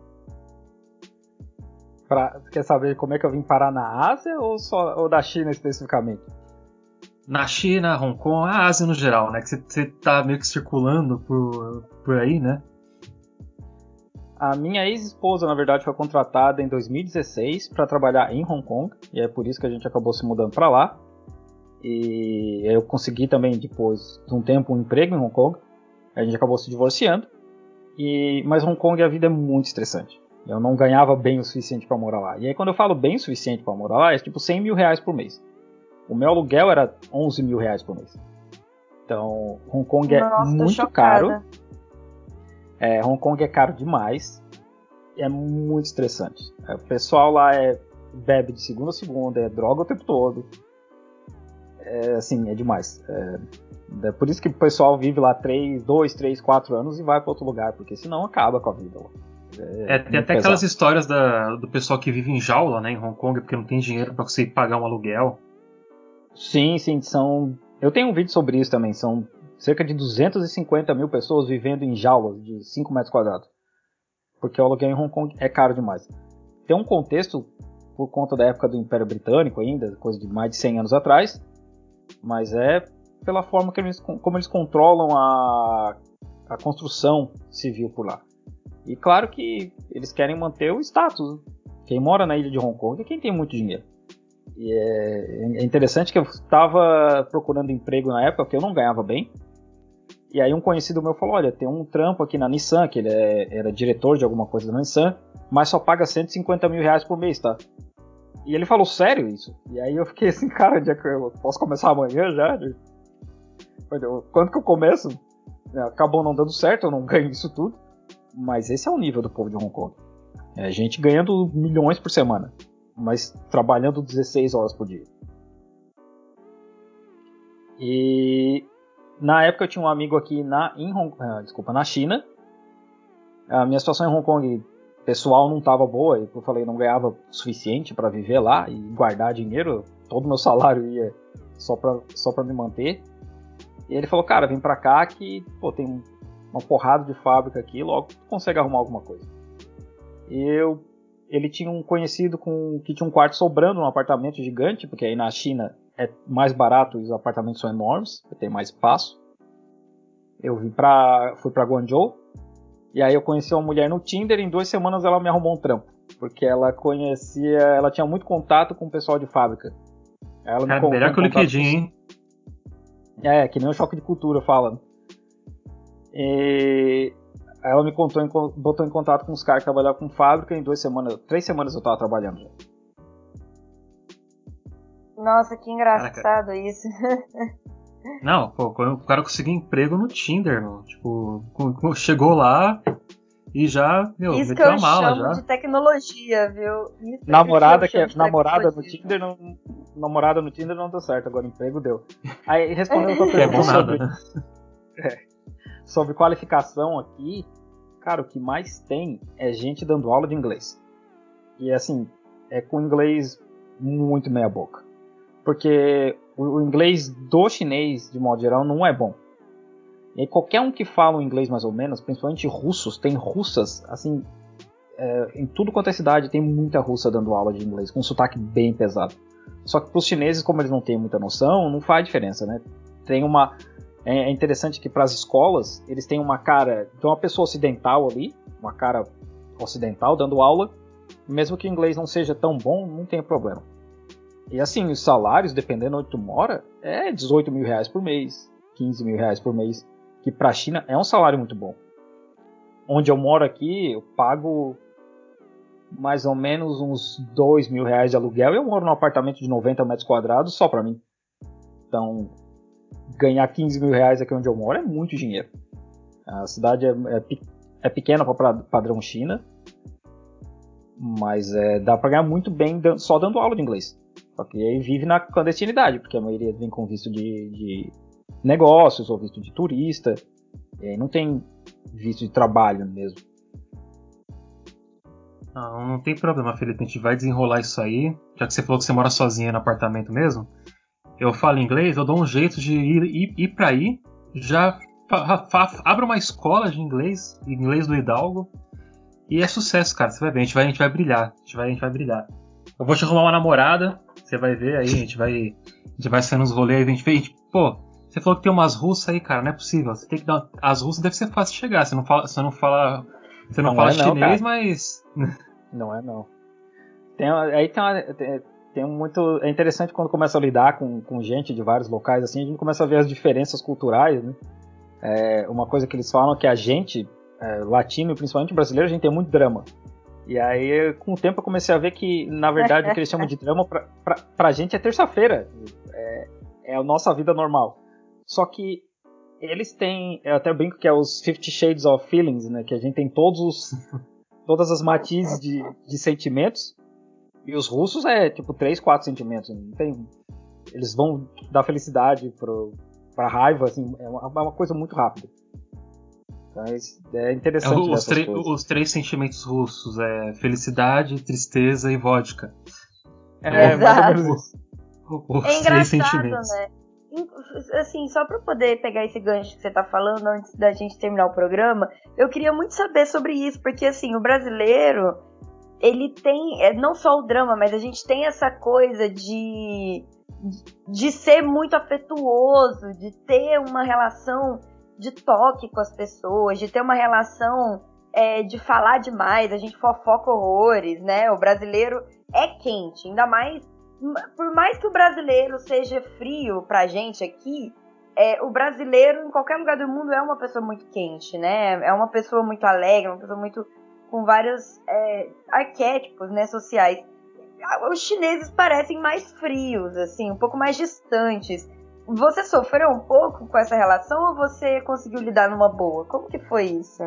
Quer saber como é que eu vim parar na Ásia ou da China especificamente? Na China, Hong Kong, a Ásia no geral, né? Que você tá meio que circulando por aí, né? A minha ex-esposa, na verdade, foi contratada em 2016 para trabalhar em Hong Kong, e é por isso que a gente acabou se mudando para lá. E eu consegui também, depois de um tempo, um emprego em Hong Kong. A gente acabou se divorciando. Mas Hong Kong, a vida é muito estressante. Eu não ganhava bem o suficiente para morar lá. E aí, quando eu falo bem o suficiente para morar lá, é tipo 100 mil reais por mês. O meu aluguel era 11 mil reais por mês. Então, Hong Kong é muito caro. Hong Kong é caro demais. É muito estressante. O pessoal lá bebe de segunda a segunda, é droga o tempo todo. É demais. É por isso que o pessoal vive lá 2, 3, 4 anos e vai para outro lugar, porque senão acaba com a vida lá. Tem até aquelas histórias do pessoal que vive em jaula, né, em Hong Kong, porque não tem dinheiro para você pagar um aluguel. Sim, eu tenho um vídeo sobre isso também. São cerca de 250 mil pessoas vivendo em jaulas de 5 metros quadrados. Porque o aluguel em Hong Kong é caro demais. Tem um contexto por conta da época do Império Britânico ainda, coisa de mais de 100 anos atrás, mas é pela forma como eles controlam a construção civil por lá. E claro que eles querem manter o status. Quem mora na ilha de Hong Kong é quem tem muito dinheiro. E é interessante que eu estava procurando emprego na época, que eu não ganhava bem. E aí um conhecido meu falou, olha, tem um trampo aqui na Nissan, que ele era diretor de alguma coisa da Nissan, mas só paga 150 mil reais por mês, tá? E ele falou, sério isso? E aí eu fiquei assim, cara, eu posso começar amanhã já? Quando que eu começo? Acabou não dando certo, eu não ganho isso tudo. Mas esse é o nível do povo de Hong Kong. É gente ganhando milhões por semana, mas trabalhando 16 horas por dia. E na época eu tinha um amigo aqui na China. A minha situação em Hong Kong pessoal não estava boa, e eu falei, não ganhava o suficiente para viver lá e guardar dinheiro. Todo o meu salário ia só para me manter. E ele falou, cara, vem pra cá que tem uma porrada de fábrica aqui, logo tu consegue arrumar alguma coisa. Ele tinha um conhecido que tinha um quarto sobrando num apartamento gigante, porque aí na China é mais barato e os apartamentos são enormes, tem mais espaço. Eu fui pra Guangzhou, e aí eu conheci uma mulher no Tinder, e em 2 semanas ela me arrumou um trampo, porque ela tinha muito contato com o pessoal de fábrica. Ela me colocou melhor que o LinkedIn, hein? Que nem o Choque de Cultura fala. E ela me botou em contato com os caras que trabalhavam com fábrica. Em 3 semanas eu tava trabalhando já. Nossa, que engraçado isso. Não, o cara conseguiu emprego no Tinder, mano. Tipo, chegou lá e já, isso meteu a mala já. Isso que eu chamo de tecnologia, viu? Namorada no Tinder não deu certo, agora emprego deu. Aí, respondendo a tua pergunta sobre qualificação aqui, cara, o que mais tem é gente dando aula de inglês. E assim, é com inglês muito meia boca. Porque o inglês do chinês, de modo geral, não é bom. E aí, qualquer um que fala um inglês mais ou menos, principalmente russos, tem russas, assim, em tudo quanto é cidade, tem muita russa dando aula de inglês, com um sotaque bem pesado. Só que para os chineses, como eles não têm muita noção, não faz diferença, né? É interessante que para as escolas, eles têm uma cara de uma pessoa ocidental ali, uma cara ocidental dando aula, mesmo que o inglês não seja tão bom, não tem problema. E assim, os salários, dependendo onde tu mora, é 18 mil reais por mês, 15 mil reais por mês, que para a China é um salário muito bom. Onde eu moro aqui, eu pago mais ou menos uns 2 mil reais de aluguel, e eu moro num apartamento de 90 metros quadrados só para mim. Então, ganhar 15 mil reais aqui onde eu moro é muito dinheiro. A cidade é pequena para padrão China, mas dá para ganhar muito bem só dando aula de inglês. Só que aí vive na clandestinidade, porque a maioria vem com visto de negócios ou visto de turista, e aí não tem visto de trabalho mesmo. Não tem problema, Felipe, a gente vai desenrolar isso aí. Já que você falou que você mora sozinha no apartamento mesmo, eu falo inglês, eu dou um jeito de ir pra aí, já abro uma escola de inglês do Hidalgo, e é sucesso, cara, você vai ver, a gente vai brilhar, a gente vai brilhar. Eu vou te arrumar uma namorada, você vai ver aí, a gente vai sair nos rolês, você falou que tem umas russas aí, cara, não é possível, você tem que as russas deve ser fácil de chegar, você não fala Você não fala chinês, mas... Não é não. Tem muito... É interessante quando começa a lidar com gente de vários locais, assim, a gente começa a ver as diferenças culturais, né? Uma coisa que eles falam é que a gente, latino e principalmente brasileiro, a gente tem muito drama. E aí, com o tempo, eu comecei a ver que, na verdade, o que eles chamam de drama, pra gente é terça-feira. É a nossa vida normal. Só que eles têm, eu até brinco que é os 50 Shades of Feelings, né? Que a gente tem todas as matizes de sentimentos. E os russos é tipo 3, 4 sentimentos. Não tem, eles vão da felicidade pra raiva, assim, é uma coisa muito rápida. Então é interessante ver essas coisas. Os 3 sentimentos russos é felicidade, tristeza e vodka. Mais ou menos isso. Os 3 sentimentos. Né? Assim, só para poder pegar esse gancho que você tá falando antes da gente terminar o programa, eu queria muito saber sobre isso, porque assim, o brasileiro, ele tem, não só o drama, mas a gente tem essa coisa de ser muito afetuoso, de ter uma relação de toque com as pessoas, de ter uma relação de falar demais, a gente fofoca horrores, né? O brasileiro é quente, ainda mais, por mais que o brasileiro seja frio pra gente aqui, o brasileiro em qualquer lugar do mundo é uma pessoa muito quente, né? É uma pessoa muito alegre, uma pessoa muito com vários arquétipos, né, sociais. Os chineses parecem mais frios, assim, um pouco mais distantes. Você sofreu um pouco com essa relação ou você conseguiu lidar numa boa? Como que foi isso?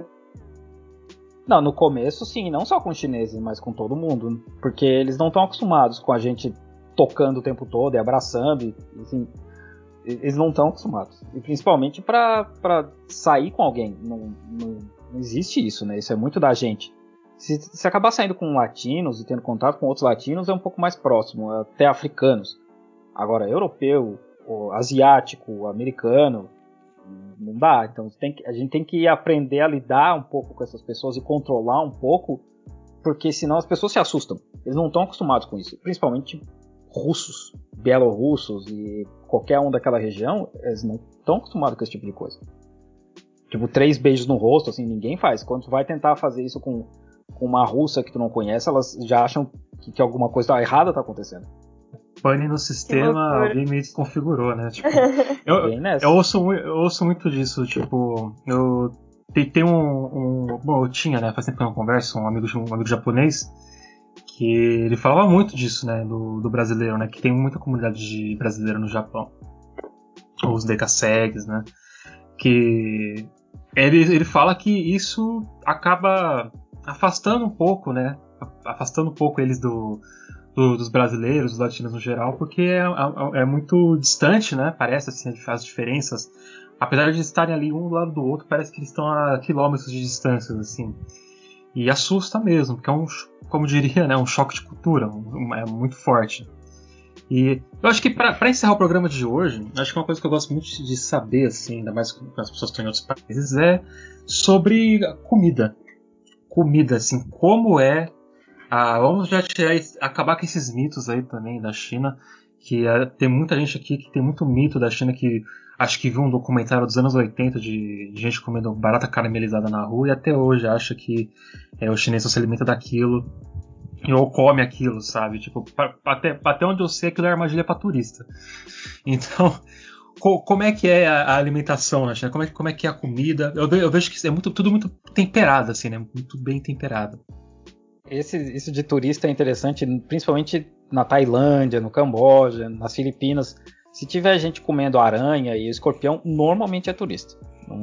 Não, no começo sim, não só com os chineses, mas com todo mundo. Porque eles não estão acostumados com a gente tocando o tempo todo e abraçando, enfim. Eles não estão acostumados. E principalmente pra sair com alguém. Não existe isso, né? Isso é muito da gente. Se acabar saindo com latinos e tendo contato com outros latinos, é um pouco mais próximo, até africanos. Agora, europeu, asiático, americano, não dá. Então a gente tem que aprender a lidar um pouco com essas pessoas e controlar um pouco, porque senão as pessoas se assustam. Eles não estão acostumados com isso, principalmente russos, bielorrussos e qualquer um daquela região, eles não estão acostumados com esse tipo de coisa. Tipo, 3 beijos no rosto, assim, ninguém faz. Quando tu vai tentar fazer isso com uma russa que tu não conhece, elas já acham que alguma coisa errada tá acontecendo. Pane no sistema, alguém me desconfigurou, né? Tipo, eu ouço muito disso, tipo, bom, eu tinha, né, faz tempo que eu não converso, um amigo japonês, que ele falava muito disso, né, do brasileiro, né, que tem muita comunidade de brasileiro no Japão, os decassegues, né, que ele fala que isso acaba afastando um pouco, né, eles dos brasileiros, dos latinos no geral, porque é muito distante, né, parece, assim, as diferenças, apesar de estarem ali um do lado do outro, parece que eles estão a quilômetros de distância, assim. E assusta mesmo, porque como diria, né, um choque de cultura, é muito forte. E eu acho que para encerrar o programa de hoje, acho que uma coisa que eu gosto muito de saber, assim, ainda mais que as pessoas estão em outros países, é sobre comida. Comida, assim, como vamos já acabar com esses mitos aí também da China, que tem muita gente aqui que tem muito mito da China, que acho que viu um documentário dos anos 80 de gente comendo barata caramelizada na rua e até hoje acha que o chinês só se alimenta daquilo ou come aquilo, sabe? Tipo, até onde eu sei, aquilo é armadilha pra turista. Então, como é que é a alimentação na China? Como é que é a comida? Eu vejo que é tudo muito temperado, assim, né? Muito bem temperado. Isso de turista é interessante, principalmente na Tailândia, no Camboja, nas Filipinas. Se tiver gente comendo aranha e escorpião, normalmente é turista.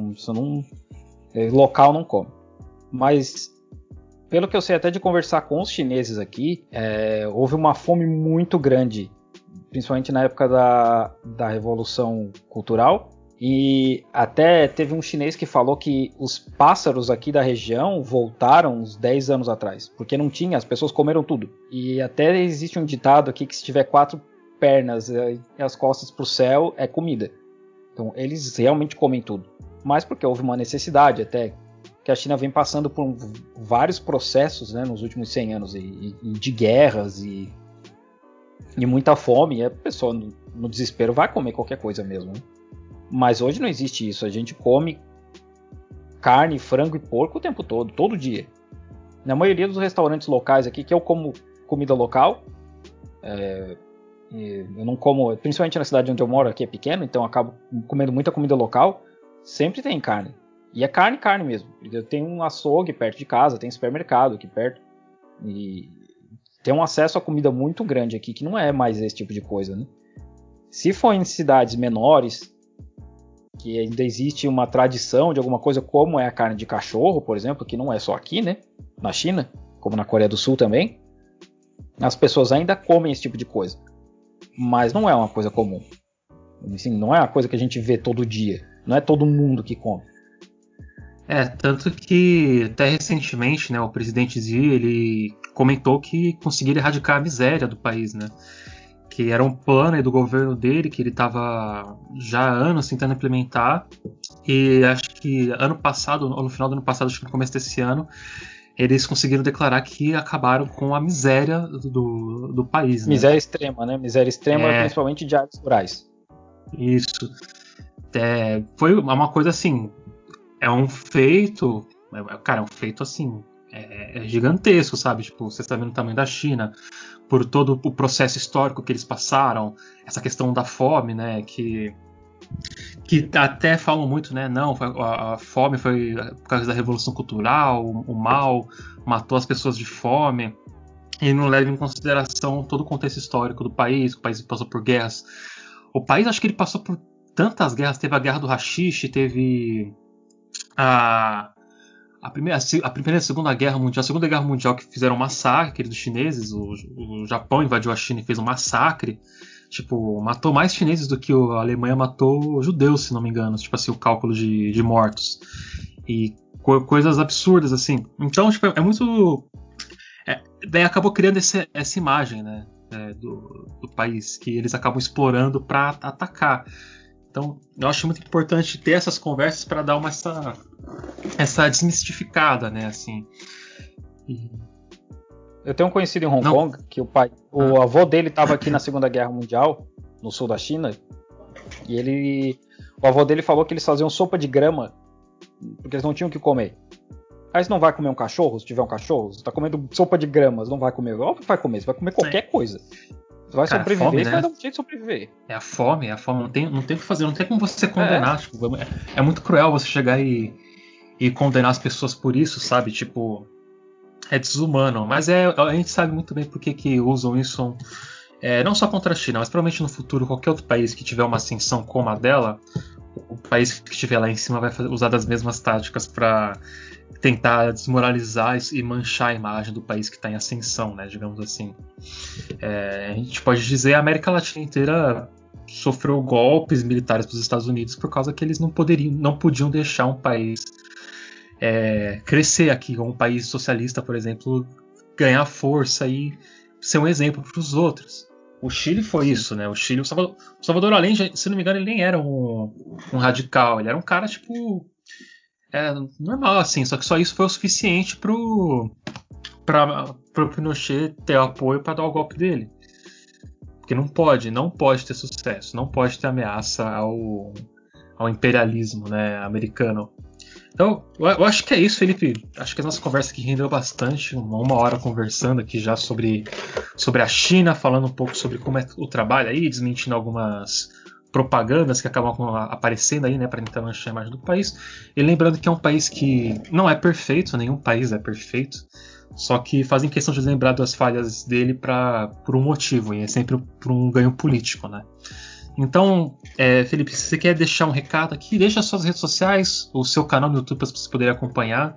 Local não come. Mas, pelo que eu sei até de conversar com os chineses aqui, houve uma fome muito grande, principalmente na época da Revolução Cultural. E até teve um chinês que falou que os pássaros aqui da região voltaram uns 10 anos atrás, porque não tinha, as pessoas comeram tudo. E até existe um ditado aqui que se tiver 4 pernas e as costas pro céu, é comida. Então eles realmente comem tudo. Mas porque houve uma necessidade até, que a China vem passando por vários processos, né, nos últimos 100 anos, e de guerras e muita fome, e a pessoa no desespero vai comer qualquer coisa mesmo, né? Mas hoje não existe isso, a gente come carne, frango e porco o tempo todo dia. Na maioria dos restaurantes locais aqui, que eu como comida local, eu não como, principalmente na cidade onde eu moro, aqui é pequeno, então eu acabo comendo muita comida local, sempre tem carne. E é carne mesmo. Eu tenho um açougue perto de casa, tem supermercado aqui perto. E tem um acesso a comida muito grande aqui, que não é mais esse tipo de coisa, né? Se for em cidades menores, que ainda existe uma tradição de alguma coisa, como é a carne de cachorro, por exemplo, que não é só aqui, né? Na China, como na Coreia do Sul também, as pessoas ainda comem esse tipo de coisa. Mas não é uma coisa comum. Assim, não é uma coisa que a gente vê todo dia. Não é todo mundo que come. Tanto que até recentemente, né, o presidente Xi, ele comentou que conseguiria erradicar a miséria do país, né? Que era um plano aí do governo dele, que ele estava já há anos tentando implementar. E acho que ano passado, ou no final do ano passado, acho que no começo desse ano, eles conseguiram declarar que acabaram com a miséria do país, né? Miséria extrema, né? Miséria extrema, principalmente de áreas rurais. Isso. Foi uma coisa assim, é um feito, cara, é um feito assim, gigantesco, sabe? Tipo, você está vendo o tamanho da China, por todo o processo histórico que eles passaram, essa questão da fome, né? Que até falam muito, né? Não, a fome foi por causa da Revolução Cultural, o mal matou as pessoas de fome. E não leva em consideração todo o contexto histórico do país, que o país passou por guerras. O país, acho que ele passou por tantas guerras. Teve a Guerra do Haxixe, teve a primeira e a segunda guerra mundial. A segunda guerra mundial, que fizeram um massacre dos chineses. O Japão invadiu a China e fez um massacre. Tipo, matou mais chineses do que a Alemanha matou judeus, se não me engano. Tipo assim, o cálculo de mortos. E coisas absurdas, assim. Então, tipo, é muito... daí acabou criando essa imagem, né, do país, que eles acabam explorando para atacar. Então, eu acho muito importante ter essas conversas para dar essa desmistificada, né, assim. Eu tenho um conhecido em Hong Kong que o avô dele estava aqui na Segunda Guerra Mundial, no sul da China, e o avô dele falou que eles faziam sopa de grama porque eles não tinham o que comer. Aí você não vai comer um cachorro, se tiver um cachorro? Você tá comendo sopa de grama, você não vai comer. Óbvio que vai comer, você vai comer qualquer coisa. Você vai sobreviver, fome, você né? vai dar um jeito de sobreviver. É a fome, não tem o que fazer, não tem como você condenar. Tipo, é muito cruel você chegar e condenar as pessoas por isso, sabe? Tipo, é desumano. Mas a gente sabe muito bem por que usam isso, não só contra a China, mas provavelmente no futuro qualquer outro país que tiver uma ascensão como a dela, o país que estiver lá em cima vai usar das mesmas táticas para tentar desmoralizar e manchar a imagem do país que está em ascensão, né, digamos assim. A gente pode dizer que a América Latina inteira sofreu golpes militares dos Estados Unidos por causa que eles não podiam deixar um país crescer aqui, um país socialista, por exemplo, ganhar força e ser um exemplo para os outros. O Chile foi isso, né? O Salvador Allende, se não me engano, ele nem era um radical, ele era um cara tipo normal, assim, só que só isso foi o suficiente pro Pinochet ter apoio para dar o golpe dele. Porque não pode ter sucesso, não pode ter ameaça ao imperialismo, né, americano. Então, eu acho que é isso, Felipe. Acho que a nossa conversa aqui rendeu bastante, uma hora conversando aqui já sobre a China, falando um pouco sobre como é o trabalho aí, desmentindo algumas propagandas que acabam aparecendo aí, né, para tentar manchar a imagem do país. E lembrando que é um país que não é perfeito, nenhum país é perfeito, só que fazem questão de lembrar das falhas dele por um motivo, e é sempre por um ganho político, né? Então, Felipe, se você quer deixar um recado aqui, deixa as suas redes sociais, o seu canal no YouTube para você poder acompanhar.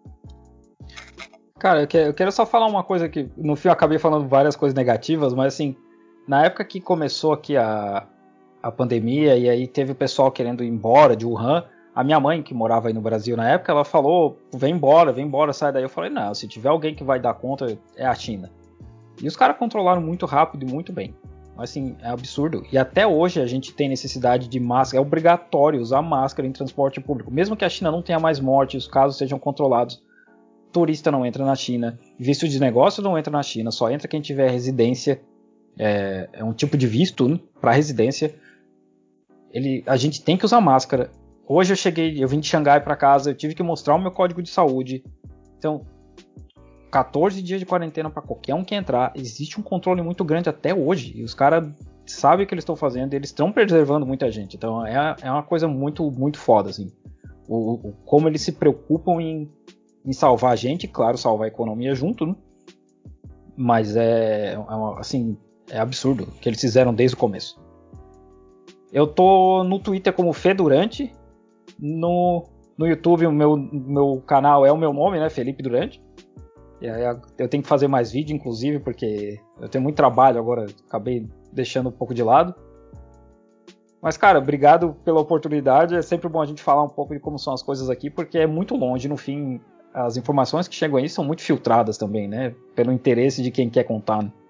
Cara, eu quero só falar uma coisa que no fim eu acabei falando várias coisas negativas, mas assim, na época que começou aqui a pandemia e aí teve o pessoal querendo ir embora de Wuhan, a minha mãe, que morava aí no Brasil na época, ela falou, vem embora, sai daí. Eu falei, não, se tiver alguém que vai dar conta, é a China. E os caras controlaram muito rápido e muito bem. Assim, é absurdo. E até hoje a gente tem necessidade de máscara. É obrigatório usar máscara em transporte público. Mesmo que a China não tenha mais mortes, os casos sejam controlados. Turista não entra na China. Visto de negócio não entra na China. Só entra quem tiver residência. É um tipo de visto, né, para residência. A gente tem que usar máscara. Hoje eu vim de Xangai para casa, eu tive que mostrar o meu código de saúde. Então, 14 dias de quarentena para qualquer um que entrar. Existe um controle muito grande até hoje. E os caras sabem o que eles estão fazendo, eles estão preservando muita gente. Então, é uma coisa muito, muito foda, assim. Como eles se preocupam em salvar a gente, claro, salvar a economia junto, né? Mas assim, é absurdo o que eles fizeram desde o começo. Eu tô no Twitter como Fedurante, no YouTube o meu canal é o meu nome, né, Felipe Durante. E aí eu tenho que fazer mais vídeo, inclusive, porque eu tenho muito trabalho agora, acabei deixando um pouco de lado. Mas, cara, obrigado pela oportunidade. É sempre bom a gente falar um pouco de como são as coisas aqui, porque é muito longe. No fim, as informações que chegam aí são muito filtradas também, né? Pelo interesse de quem quer contar. Né?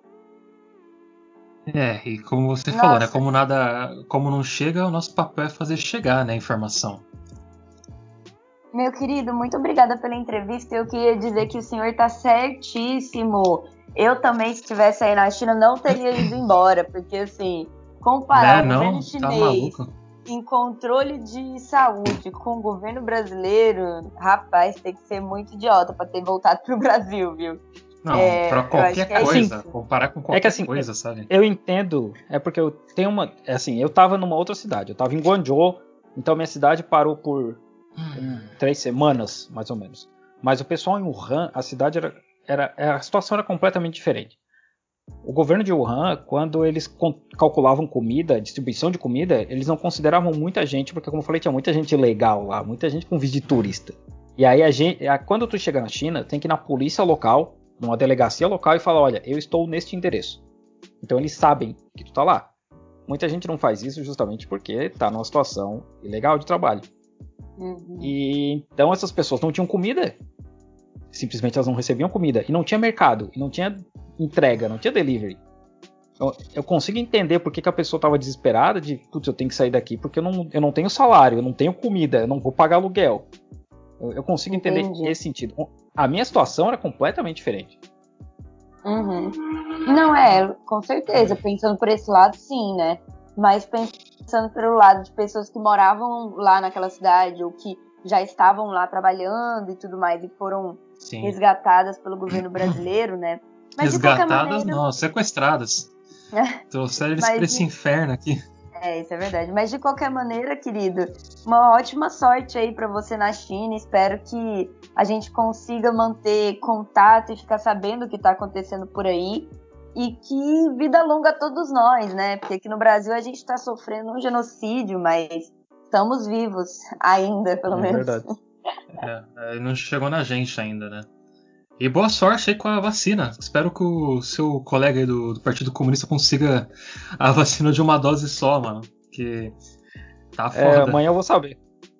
E como você falou, né? Como não chega, o nosso papel é fazer chegar, né, a informação. Meu querido, muito obrigada pela entrevista. Eu queria dizer que o senhor tá certíssimo. Eu também, se estivesse aí na China, não teria ido embora, porque assim, comparar o governo chinês em controle de saúde com o governo brasileiro, rapaz, tem que ser muito idiota para ter voltado pro Brasil, viu? Não, pra qualquer coisa, assim, comparar com qualquer coisa, sabe? Eu entendo, porque eu tenho eu tava numa outra cidade, eu tava em Guangzhou, então minha cidade parou por 3 semanas, mais ou menos. Mas o pessoal em Wuhan, a cidade a situação era completamente diferente. O governo de Wuhan, quando eles calculavam comida, distribuição de comida, eles não consideravam muita gente, porque como eu falei, tinha muita gente legal lá, muita gente com visto de turista. E aí quando tu chega na China, tem que ir na polícia local, numa delegacia local e falar, olha, eu estou neste endereço. Então eles sabem que tu tá lá. Muita gente não faz isso justamente porque tá numa situação ilegal de trabalho. E então essas pessoas não tinham comida. Simplesmente elas não recebiam comida. E não tinha mercado. E não tinha entrega. Não tinha delivery. Então, eu consigo entender por que a pessoa estava desesperada de, putz, eu tenho que sair daqui porque eu não tenho salário, eu não tenho comida, eu não vou pagar aluguel. Eu consigo entender esse sentido. A minha situação era completamente diferente. Não, com certeza. Pensando por esse lado, sim, né? Mas pensando pelo lado de pessoas que moravam lá naquela cidade ou que já estavam lá trabalhando e tudo mais e foram resgatadas pelo governo brasileiro, né? Mas resgatadas não, sequestradas. Trouxeram eles pra esse inferno aqui. Isso é verdade. Mas de qualquer maneira, querido, uma ótima sorte aí pra você na China. Espero que a gente consiga manter contato e ficar sabendo o que tá acontecendo por aí. E que vida longa a todos nós, né? Porque aqui no Brasil a gente tá sofrendo um genocídio, mas estamos vivos ainda, pelo menos. É verdade. Não chegou na gente ainda, né? E boa sorte aí com a vacina. Espero que o seu colega aí do Partido Comunista consiga a vacina de uma dose só, mano. Que tá foda. Amanhã eu vou saber.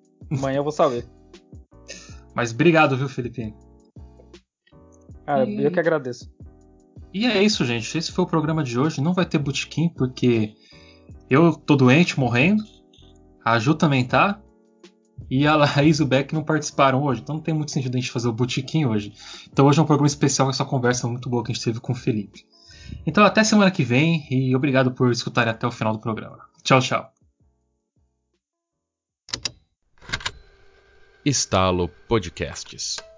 Mas obrigado, viu, Felipe? Cara, eu que agradeço. E é isso, gente. Esse foi o programa de hoje. Não vai ter botequim, porque eu tô doente, morrendo. A Ju também tá. E a Laís e o Beck não participaram hoje. Então não tem muito sentido a gente fazer o botequim hoje. Então hoje é um programa especial com essa conversa muito boa que a gente teve com o Felipe. Então até semana que vem. E obrigado por escutarem até o final do programa. Tchau, tchau. Estalo Podcasts.